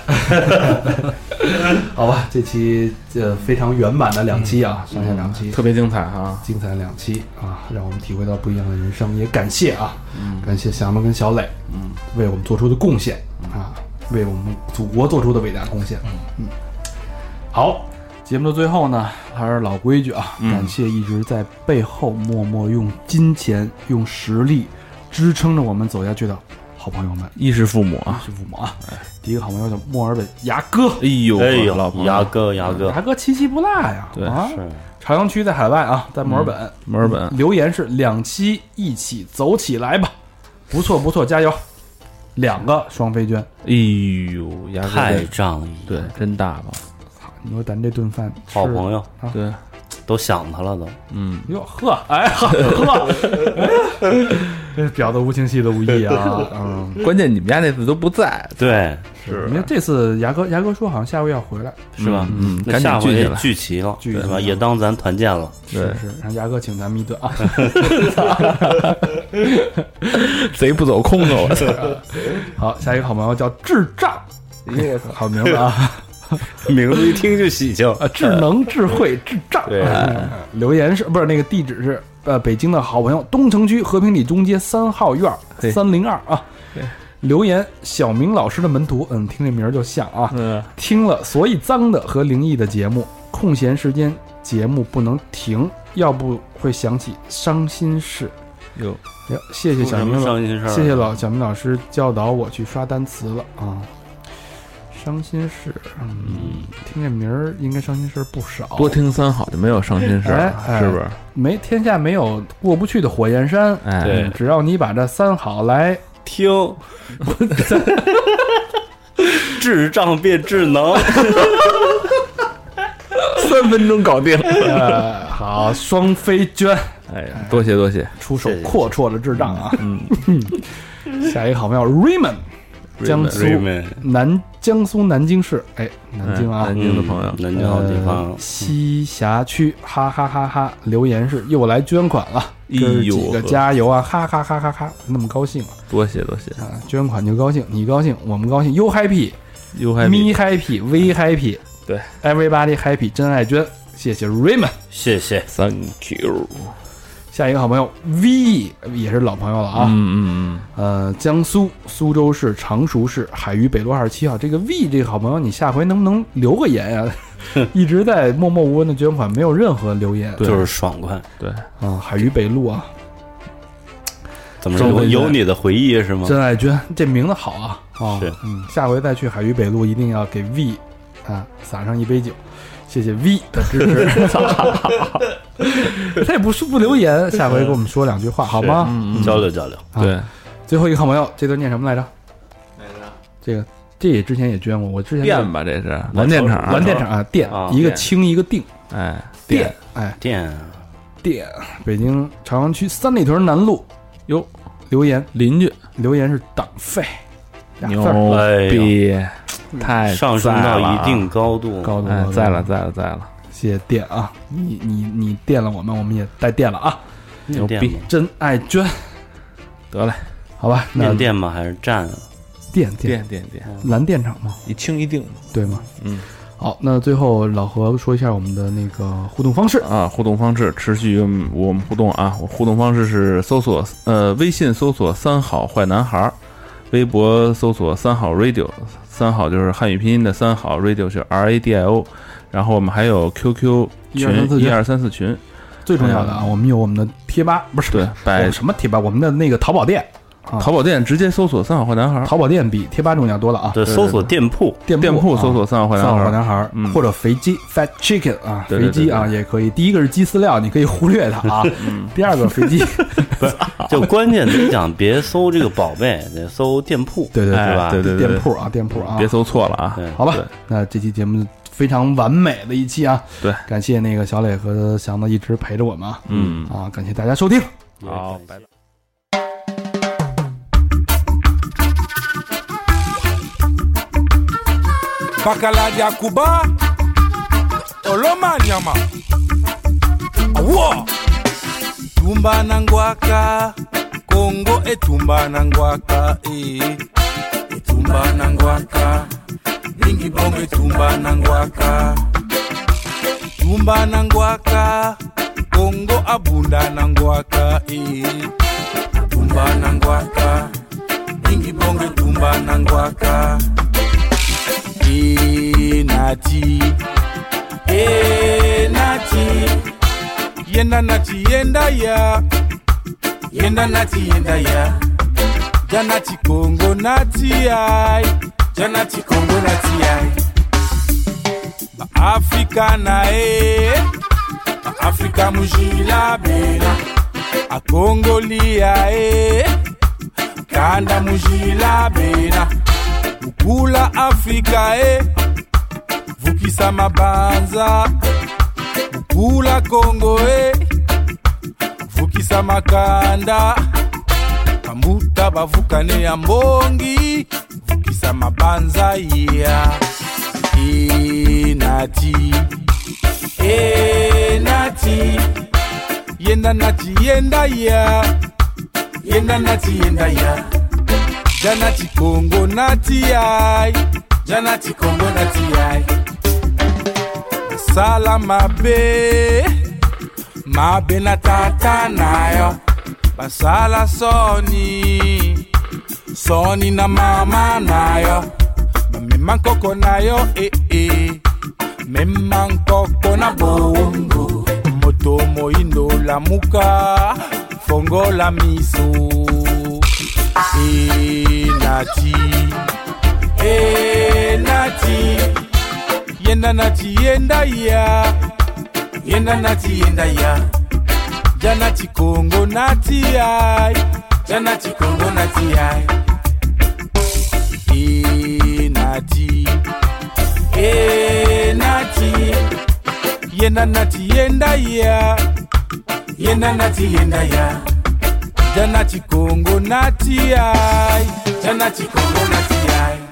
Speaker 2: 好吧，这期呃非常圆满的两期啊，上下两期
Speaker 3: 特别精彩哈。
Speaker 2: 精彩两期啊，让我们体会到不一样的人生，也感谢啊，感谢小杨跟小磊，嗯，为我们做出的贡献啊，为我们祖国做出的伟大贡献，嗯，好，节目的最后呢，还是老规矩啊，感谢一直在背后默默用金钱、用实力支撑着我们走下去的好朋友们，
Speaker 3: 衣食父母啊，
Speaker 2: 是父母啊。第一个好朋友叫墨尔本牙哥，
Speaker 3: 哎呦，
Speaker 7: 哎呦
Speaker 3: 老朋友
Speaker 7: 牙哥牙哥
Speaker 2: 牙哥七七不落呀，
Speaker 3: 对
Speaker 2: 啊，
Speaker 7: 是
Speaker 2: 朝阳区在海外啊，在墨尔本，
Speaker 3: 墨尔本，
Speaker 2: 留言是两期一起走起来吧，不错不错，加油！两个双飞娟，
Speaker 3: 哎呦，牙哥
Speaker 7: 太
Speaker 3: 这
Speaker 7: 仗义，
Speaker 3: 对，真大方，
Speaker 2: 你说咱这顿饭吃
Speaker 7: 好朋友
Speaker 3: 对，
Speaker 7: 都想他了都，
Speaker 3: 嗯，
Speaker 2: 哟呵，哎呵呵，这婊子无情戏的无意啊，嗯，
Speaker 3: 关键你们家那次都不在，
Speaker 7: 对，
Speaker 3: 是
Speaker 2: 因为这次牙哥牙哥说好像下个月要回来，
Speaker 7: 是吧？
Speaker 3: 嗯，
Speaker 7: 那
Speaker 3: 赶紧
Speaker 7: 下回
Speaker 3: 聚起来，
Speaker 7: 聚齐了，
Speaker 2: 聚齐了
Speaker 7: 是吧？也当咱团建了，
Speaker 3: 对，
Speaker 2: 是让牙哥请咱们一顿啊，
Speaker 3: 贼不走空啊，我操，
Speaker 2: 好，下一个好朋友叫智障，耶，好名字啊。
Speaker 7: 名字一听就喜庆，
Speaker 2: 啊，智能、智慧、智障。
Speaker 7: 对
Speaker 2: 啊留言是不是那个地址是呃北京的好朋友东城区和平里中街三号院
Speaker 3: 对
Speaker 2: 三零二啊。留言小明老师的门徒，嗯，听这名儿就像啊。
Speaker 3: 嗯，
Speaker 2: 听了所以脏的和灵异的节目，空闲时间节目不能停，要不会想起伤心事。
Speaker 3: 有
Speaker 2: 哟，谢谢小
Speaker 7: 什么
Speaker 2: 明老，
Speaker 7: 伤心事儿？
Speaker 2: 谢谢老小明老师教导我去刷单词了啊。伤心事，嗯，听这名儿应该伤心事不少。
Speaker 3: 多听三好就没有伤心事儿
Speaker 2: 哎哎
Speaker 3: 了，是不是？
Speaker 2: 没天下没有过不去的火焰山，
Speaker 3: 哎，
Speaker 7: 对
Speaker 2: 嗯只要你把这三好来，
Speaker 7: 听，智障变智能，
Speaker 3: 三分钟搞定。
Speaker 2: 呃，好，双飞娟
Speaker 3: 哎，多谢多谢，
Speaker 2: 出手
Speaker 7: 谢谢
Speaker 2: 阔绰的智障啊！
Speaker 3: 嗯，
Speaker 2: 下一个好朋友 Raymond，江苏
Speaker 7: Raymond
Speaker 2: 南江苏南京市，哎，南京啊
Speaker 3: 南，京的朋友，
Speaker 7: 南京好地方
Speaker 2: 呃，西峡区，哈哈哈哈！留言是又来捐款了，
Speaker 3: 哎
Speaker 2: 哥儿
Speaker 3: 呦
Speaker 2: 几个加油啊！哈哈哈哈哈！那么高兴啊！
Speaker 3: 多谢多谢，
Speaker 2: 啊，捐款就高兴，你高兴，我们高兴，You happy，
Speaker 3: 又还
Speaker 2: me happy，we happy，
Speaker 3: 对
Speaker 2: ，everybody happy，真爱捐，谢谢 Raymond。
Speaker 7: 谢谢，
Speaker 3: ，Thank you，
Speaker 2: 下一个好朋友 V 也是老朋友了啊，
Speaker 3: 嗯嗯
Speaker 2: 呃，江苏苏州市常熟市海虞北路二十七号，这个 V 这个好朋友，你下回能不能留个言呀、一直在默默无闻的捐款，没有任何留言。
Speaker 3: 对
Speaker 7: 就是爽快。
Speaker 3: 对，
Speaker 2: 啊，海虞北路啊，
Speaker 7: 怎么有有你的回忆是吗？
Speaker 2: 真爱捐，这名字好啊啊，
Speaker 7: 是
Speaker 2: 嗯，下回再去海虞北路，一定要给 V 啊撒上一杯酒，谢谢 V 的支持。他也不是不留言，下回给我们说两句话好吗？
Speaker 3: 嗯嗯
Speaker 7: 交流交流，
Speaker 2: 啊
Speaker 3: 对，
Speaker 2: 最后一个好朋友，这段念什么来着？这个这也之前也捐过，我之前
Speaker 3: 电吧，这是蓝电厂，
Speaker 2: 蓝电厂啊，电
Speaker 7: 啊
Speaker 2: 一个
Speaker 3: 电
Speaker 2: 清一个定，
Speaker 3: 哎，
Speaker 2: 电哎
Speaker 7: 电
Speaker 2: 电，北京朝阳区三里屯南路
Speaker 3: 哟，
Speaker 2: 留言
Speaker 3: 邻居
Speaker 2: 留言是党费，俩字
Speaker 3: 牛
Speaker 2: 儿
Speaker 7: 哎
Speaker 3: 逼，太
Speaker 7: 上升到
Speaker 3: 在了啊
Speaker 7: 一定高度，
Speaker 2: 高度高，度
Speaker 3: 哎在了，在了，在了，
Speaker 2: 谢谢电啊，你你你电了我们，我们也带电了啊，
Speaker 3: 牛逼
Speaker 7: 念电吗，
Speaker 2: 真爱捐，
Speaker 3: 得嘞，
Speaker 2: 好吧，那
Speaker 7: 念电吗？还是站啊？
Speaker 2: 电电
Speaker 3: 电电电，
Speaker 2: 蓝电厂嘛，
Speaker 3: 一清一定嘛，
Speaker 2: 对吗？
Speaker 3: 嗯。
Speaker 2: 好，那最后老何说一下我们的那个互动方式。
Speaker 3: 啊，互动方式持续与我们互动啊！我互动方式是搜索呃微信搜索三好坏男孩，微博搜索三好 radio， 三好就是汉语拼音的三好 radio 是 R A D I O， 然后我们还有 Q Q 群一二三四群，
Speaker 2: 最重要的啊，我们有我们的贴吧，不是
Speaker 3: 对，
Speaker 2: 我
Speaker 3: 百
Speaker 2: 们什么贴吧？我们的那个淘宝店，啊
Speaker 3: 淘宝店直接搜索三好坏男孩，
Speaker 2: 淘宝店比贴吧重要多了啊。
Speaker 7: 对，搜索店铺，
Speaker 2: 店
Speaker 3: 店铺
Speaker 2: 啊
Speaker 3: 搜索三好坏
Speaker 2: 三好坏
Speaker 3: 男孩，
Speaker 2: 男孩，
Speaker 3: 嗯
Speaker 2: 或者肥鸡 Fat Chicken 啊，
Speaker 3: 对对
Speaker 2: 肥鸡啊
Speaker 3: 对对
Speaker 2: 也可以。第一个是鸡饲料，你可以忽略它啊。
Speaker 3: 嗯
Speaker 2: 第二个肥鸡，
Speaker 7: 就关键得讲别搜这个宝贝，得搜店铺，
Speaker 2: 对对
Speaker 3: 哎
Speaker 7: 是吧？
Speaker 3: 对对对，
Speaker 2: 店铺啊，店铺啊。
Speaker 3: 别搜错了啊！
Speaker 7: 对，
Speaker 2: 好吧
Speaker 3: 对，
Speaker 2: 那这期节目非常完美的一期啊！
Speaker 3: 对，
Speaker 2: 感谢那个小磊和祥子一直陪着我们啊，
Speaker 3: 嗯
Speaker 2: 啊，感谢大家收听，
Speaker 3: 好，拜拜。
Speaker 8: Bakala dia Cuba Oloma nyama Awo Tumba nangwaka Kongo etumba nangwaka eh Etumba nangwaka Bingi bongo etumba nangwaka Tumba nangwaka Kongo abunda nangwaka eh Tumba nangwaka Bingi bongo etumba nangwaka E nati, e nati, yenda nati yenda ya, yenda nati yenda ya, janati Kongo nati ai, janati Kongo nati ai. Ba Afrika na e, ba Afrika mujila bela, a Kongo lia e, kanda mujila bela. Ukula Afrika e Vukisa mabanza Ukula Kongo e Vukisa makanda Kamuta bavukane ya mbongi Vukisa mabanza yeah. E nati E nati Yenda nati yenda ya Yenda nati yenda ya Janati Kongo nati ai, Janati Kongo nati ai. Basala mabe, mabe na tata nayo. Basala soni, soni na mama nayo. Mema nkoko nayo eh eh, mema nkoko na bongo. Moto moindo la muka, fongo la miso. E nati, e nati, yenda nati yenda ya, yenda nati yenda ya, janati Kongo nati ai, janati Kongo nati ai. E nati, e nati, yenda nati yenda ya, yenda nati yenda ya. Janati Kongo nati ai, Janati Kongo nati ai.